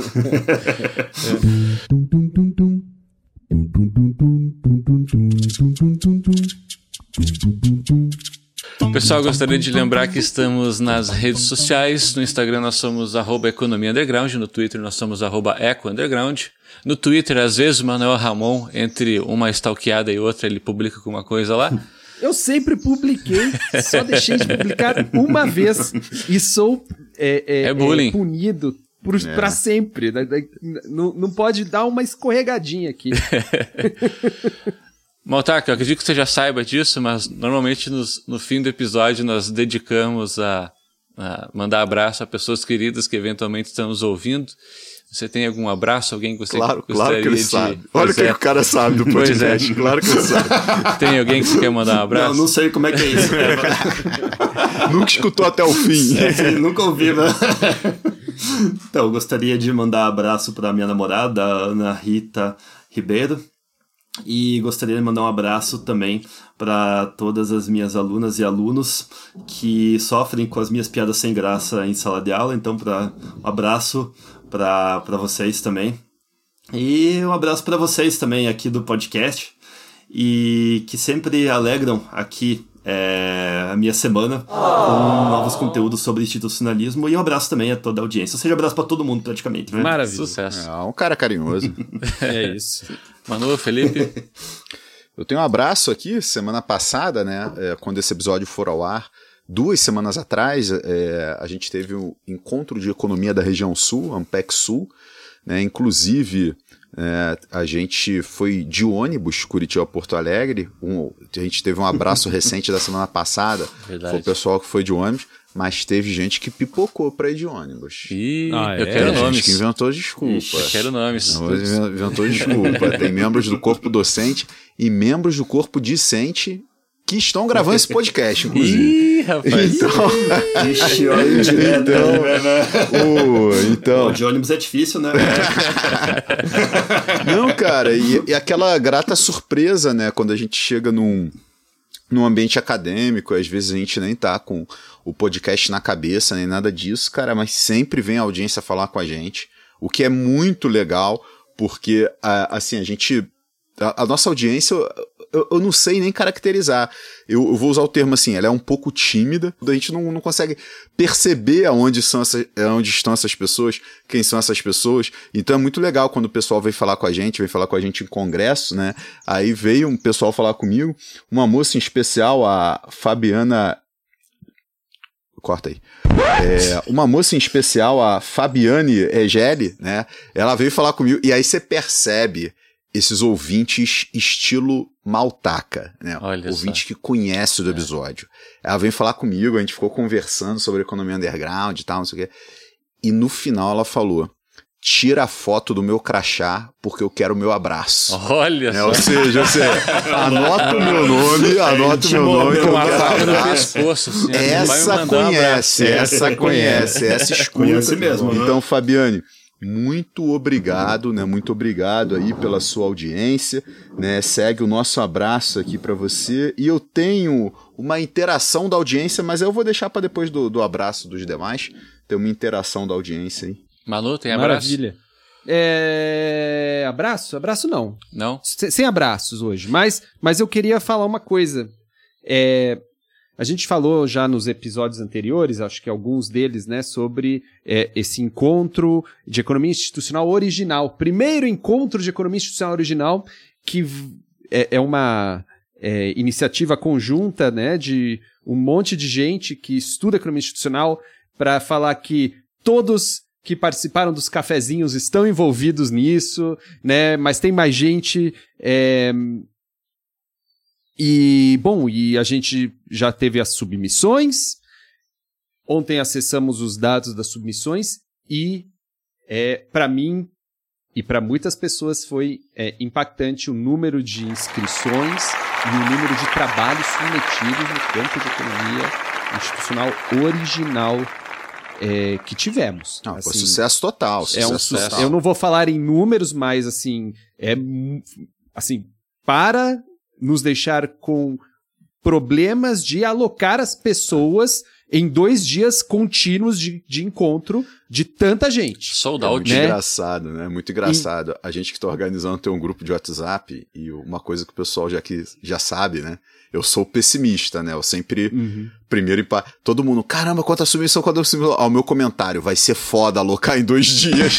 Pessoal, gostaria de lembrar que estamos nas redes sociais. No Instagram nós somos arroba Economia Underground, no Twitter nós somos arroba Eco Underground. No Twitter, às vezes, o Manuel Ramon, entre uma stalkeada e outra, ele publica alguma coisa lá. Eu sempre publiquei, só deixei de publicar uma vez e sou é, é, é bullying. É, punido por, é. pra sempre. Não, não pode dar uma escorregadinha aqui. Maltaca, eu acredito que você já saiba disso, mas normalmente nos, no fim do episódio nós dedicamos a, a mandar abraço a pessoas queridas que eventualmente estão nos ouvindo. Você tem algum abraço? Alguém que você claro, gostaria claro que ele de... sabe. Olha o que, é. que o cara sabe do podcast. É. Claro que ele sabe. Tem alguém que você quer mandar um abraço? Não, não sei como é que é isso. Nunca escutou até o fim. É, nunca ouvi, né? Então, eu gostaria de mandar um abraço para minha namorada, Ana Rita Ribeiro. E gostaria de mandar um abraço também para todas as minhas alunas e alunos que sofrem com as minhas piadas sem graça em sala de aula. Então, pra, um abraço para vocês também. E um abraço para vocês também aqui do podcast. E que sempre alegram aqui é, a minha semana com novos conteúdos sobre institucionalismo. E um abraço também a toda a audiência. Ou seja, um abraço para todo mundo praticamente. Né? Maravilha. Sucesso. É um cara carinhoso. É isso. Manu, Felipe? Eu tenho um abraço aqui, semana passada, né, é, quando esse episódio for ao ar, duas semanas atrás, é, a gente teve o Encontro de Economia da Região Sul, Ampec Sul, né, inclusive é, a gente foi de ônibus Curitiba Porto Alegre, um, a gente teve um abraço recente da semana passada, Verdade. Foi o pessoal que foi de ônibus, mas teve gente que pipocou pra ir de ônibus. Ih, ah, eu é? quero Tem nomes. gente que inventou desculpa. Ixi, eu quero nomes. Inventou desculpa. Tem membros do corpo docente e membros do corpo discente que estão gravando esse podcast, inclusive. Ih, rapaz. Então, Ixi, olha então, o, então... Pô, de ônibus é difícil, né? Não, cara, e, e aquela grata surpresa, né, quando a gente chega num, num ambiente acadêmico, às vezes a gente nem tá com o podcast na cabeça, nem nada disso, cara, mas sempre vem a audiência falar com a gente, o que é muito legal, porque, assim, a gente... A, a nossa audiência... Eu, eu não sei nem caracterizar. Eu, eu vou usar o termo assim, ela é um pouco tímida, a gente não, não consegue perceber aonde, são essa, aonde estão essas pessoas, quem são essas pessoas. Então é muito legal quando o pessoal vem falar com a gente, vem falar com a gente em congresso, né? Aí veio um pessoal falar comigo, uma moça em especial, a Fabiana... Corta aí. É, uma moça em especial, a Fabiane Egeli, né? Ela veio falar comigo, e aí você percebe esses ouvintes estilo Maltaca, né? Olha ouvinte só. que conhece do episódio. É. Ela veio falar comigo, a gente ficou conversando sobre economia underground e tal, não sei o quê. E no final ela falou, tira a foto do meu crachá porque eu quero o meu abraço. Olha é, só. Ou seja, você anota o meu nome, anota o meu nome que eu uma quero faca no abraço. pescoço. Assim, Essa conhece, essa conhece, essa escuta. Conhece mesmo. Então, Fabiane, muito obrigado, né? Muito obrigado aí pela sua audiência, né? Segue o nosso abraço aqui para você. E eu tenho uma interação da audiência, mas eu vou deixar para depois do, do abraço dos demais. Tem uma interação da audiência aí. Manu, tem abraço? Maravilha. É... Abraço? Abraço não. Não? S- sem abraços hoje. Mas, mas eu queria falar uma coisa. É... A gente falou já nos episódios anteriores, acho que alguns deles, né, sobre é, esse encontro de economia institucional original. Primeiro encontro de economia institucional original, que v- é, é uma é, iniciativa conjunta, né, de um monte de gente que estuda economia institucional para falar que todos que participaram dos cafezinhos estão envolvidos nisso, né, mas tem mais gente... É, E, bom, e a gente já teve as submissões. Ontem acessamos os dados das submissões e, é, para mim e para muitas pessoas, foi é, impactante o número de inscrições e o número de trabalhos submetidos no campo de economia institucional original é, que tivemos. Não, assim, foi sucesso total. Sucesso é um sucesso. total. Eu não vou falar em números, mas assim, é assim, para nos deixar com problemas de alocar as pessoas em dois dias contínuos de, de encontro de tanta gente. Sold É out, muito né? engraçado, né? Muito engraçado. E... A gente que está organizando tem um grupo de WhatsApp e uma coisa que o pessoal já, que, já sabe, né? Eu sou pessimista, né? Eu sempre, uhum. primeiro, empa... todo mundo, caramba, quanta submissão, quanta submissão. Ao meu comentário, vai ser foda alocar em dois dias.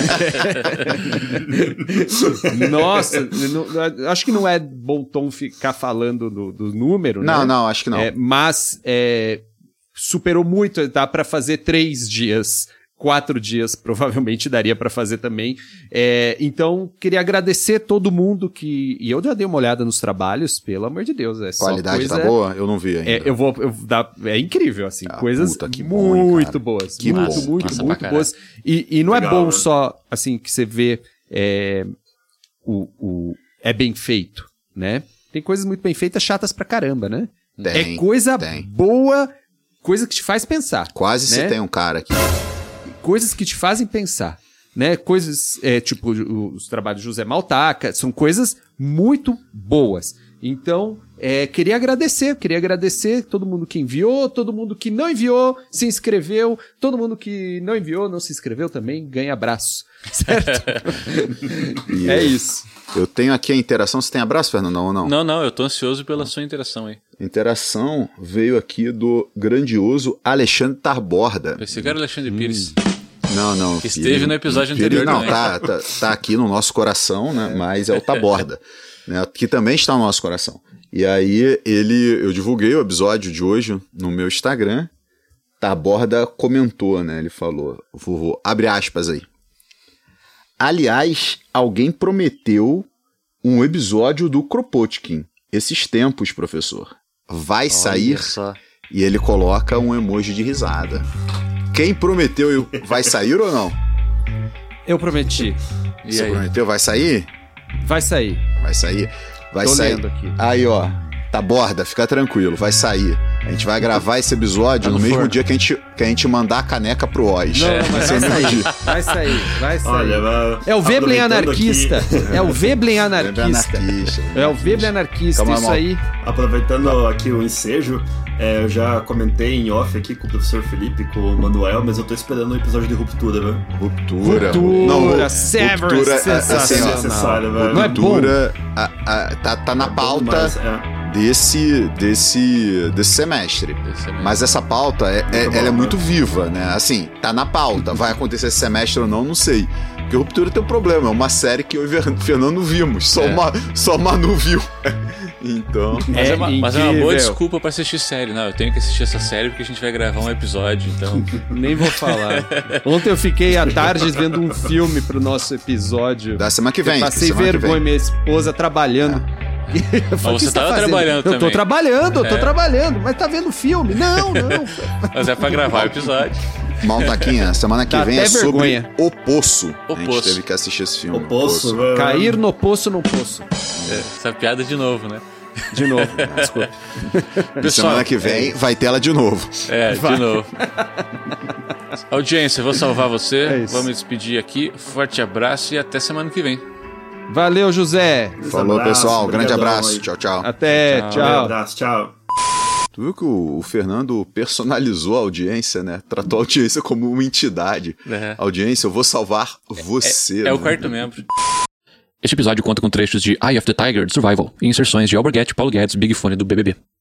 Nossa, não, acho que não é bom tom ficar falando do, do número, não, né? Não, acho que não. É, mas é, superou muito, dá para fazer três dias. Quatro dias provavelmente daria para fazer também. É, então, queria agradecer todo mundo que... E eu já dei uma olhada nos trabalhos, pelo amor de Deus. É só qualidade coisa, tá boa? Eu não vi ainda. É, eu vou, eu vou dar, é incrível, assim. Ah, coisas puta, que bom, hein, muito cara. boas. Que muito, bom. muito, Nossa, muito boas. E, e não Legal, é bom né? só, assim, que você vê é, o, o... É bem feito, né? Tem coisas muito bem feitas, chatas pra caramba, né? Tem, é coisa tem. boa, coisa que te faz pensar. Quase né? se tem um cara aqui. Coisas que te fazem pensar, né? Coisas, é, tipo, os trabalhos de José Maltaca, são coisas muito boas. Então, é, queria agradecer, queria agradecer todo mundo que enviou, todo mundo que não enviou, se inscreveu, todo mundo que não enviou, não se inscreveu também, ganha abraço, certo? E é eu, isso. Eu tenho aqui a interação, você tem abraço, Fernando, ou não? Não, não, eu tô ansioso pela sua interação aí. Interação veio aqui do grandioso Alexandre Tarborda. Esse cara é Alexandre Pires. Não, não. Que esteve filho, no episódio filho, anterior não, também. tá, tá, tá aqui no nosso coração, né? Mas é o Taborda, né? Que também está no nosso coração. E aí ele, eu divulguei o episódio de hoje no meu Instagram. Taborda comentou, né? Ele falou, vou, vou, abre aspas aí. Aliás, alguém prometeu um episódio do Kropotkin. Esses tempos, professor. Vai sair. Só. E ele coloca um emoji de risada. Quem prometeu vai sair ou não? Eu prometi. E Você aí? prometeu vai sair? Vai sair. Vai sair. Vai Tô sair. lendo aqui. Aí, ó. Taborda, fica tranquilo, vai sair. A gente vai gravar esse episódio Tá no no mesmo forno. dia que a, gente, que a gente mandar a caneca pro Oz. Não, não, mas Esse é vai o mesmo sair. dia. Vai sair, vai sair. Olha, mas É o Veblen aproveitando anarquista. aqui- É o Veblen anarquista. anarquista. É o Veblen anarquista, Calma, isso mal. aí. Aproveitando aqui o ensejo, é, eu já comentei em off aqui com o professor Felipe, com o Manuel, mas eu tô esperando o episódio de Ruptura, velho. Ruptura. Ruptura, Não, Severance, ruptura, assim, ó, sensacional. Necessário, velho. Não é bom. Ruptura a, a, tá, tá na É bom pauta demais, é. desse, desse, desse semestre. Esse é mesmo. Mas essa pauta, é, é- Muito ela é bom, muito né? viva, né? Assim, tá na pauta. Vai acontecer esse semestre ou não, não sei. Porque Ruptura tem um problema. É uma série que eu e o Fernando vimos. Só, É. uma, só Manu viu. Então... Mas é, uma, mas é uma boa incrível. desculpa pra assistir série. Não, eu tenho que assistir essa série porque a gente vai gravar um episódio, então... Nem vou falar. Ontem eu fiquei à tarde vendo um filme pro nosso episódio. Da semana que vem. Eu passei semana que vergonha, vem. minha esposa trabalhando. Eu falei, Mas "O que você tava tá fazendo?" trabalhando Eu tô também. trabalhando, eu tô É. trabalhando, mas tá vendo filme? Não, não. Mas é pra gravar o episódio. Maltaquinha, semana que Dá vem até é sobre vergonha. O Poço. O a gente Poço. teve que assistir esse filme. O Poço, velho. Cair no poço, no poço. É, essa piada de novo, né? De novo. Desculpa. E Pessoal, semana que vem vai ter ela de novo. É, Vai. de novo. Audiência, vou salvar você. É isso. Vamos me despedir aqui. Forte abraço e até semana que vem. Valeu, José. Falou, Abraço, pessoal. Grande brigadão abraço. aí. Tchau, tchau. Até, Tchau. Um tchau. abraço, tchau. Tu viu que o, o Fernando personalizou a audiência, né? Tratou a audiência como uma entidade. É. Audiência, eu vou salvar você. É né? o quarto membro. Este episódio conta com trechos de Eye of the Tiger, Survival, e inserções de Alborguete, Paulo Guedes, Big Fone do B B B.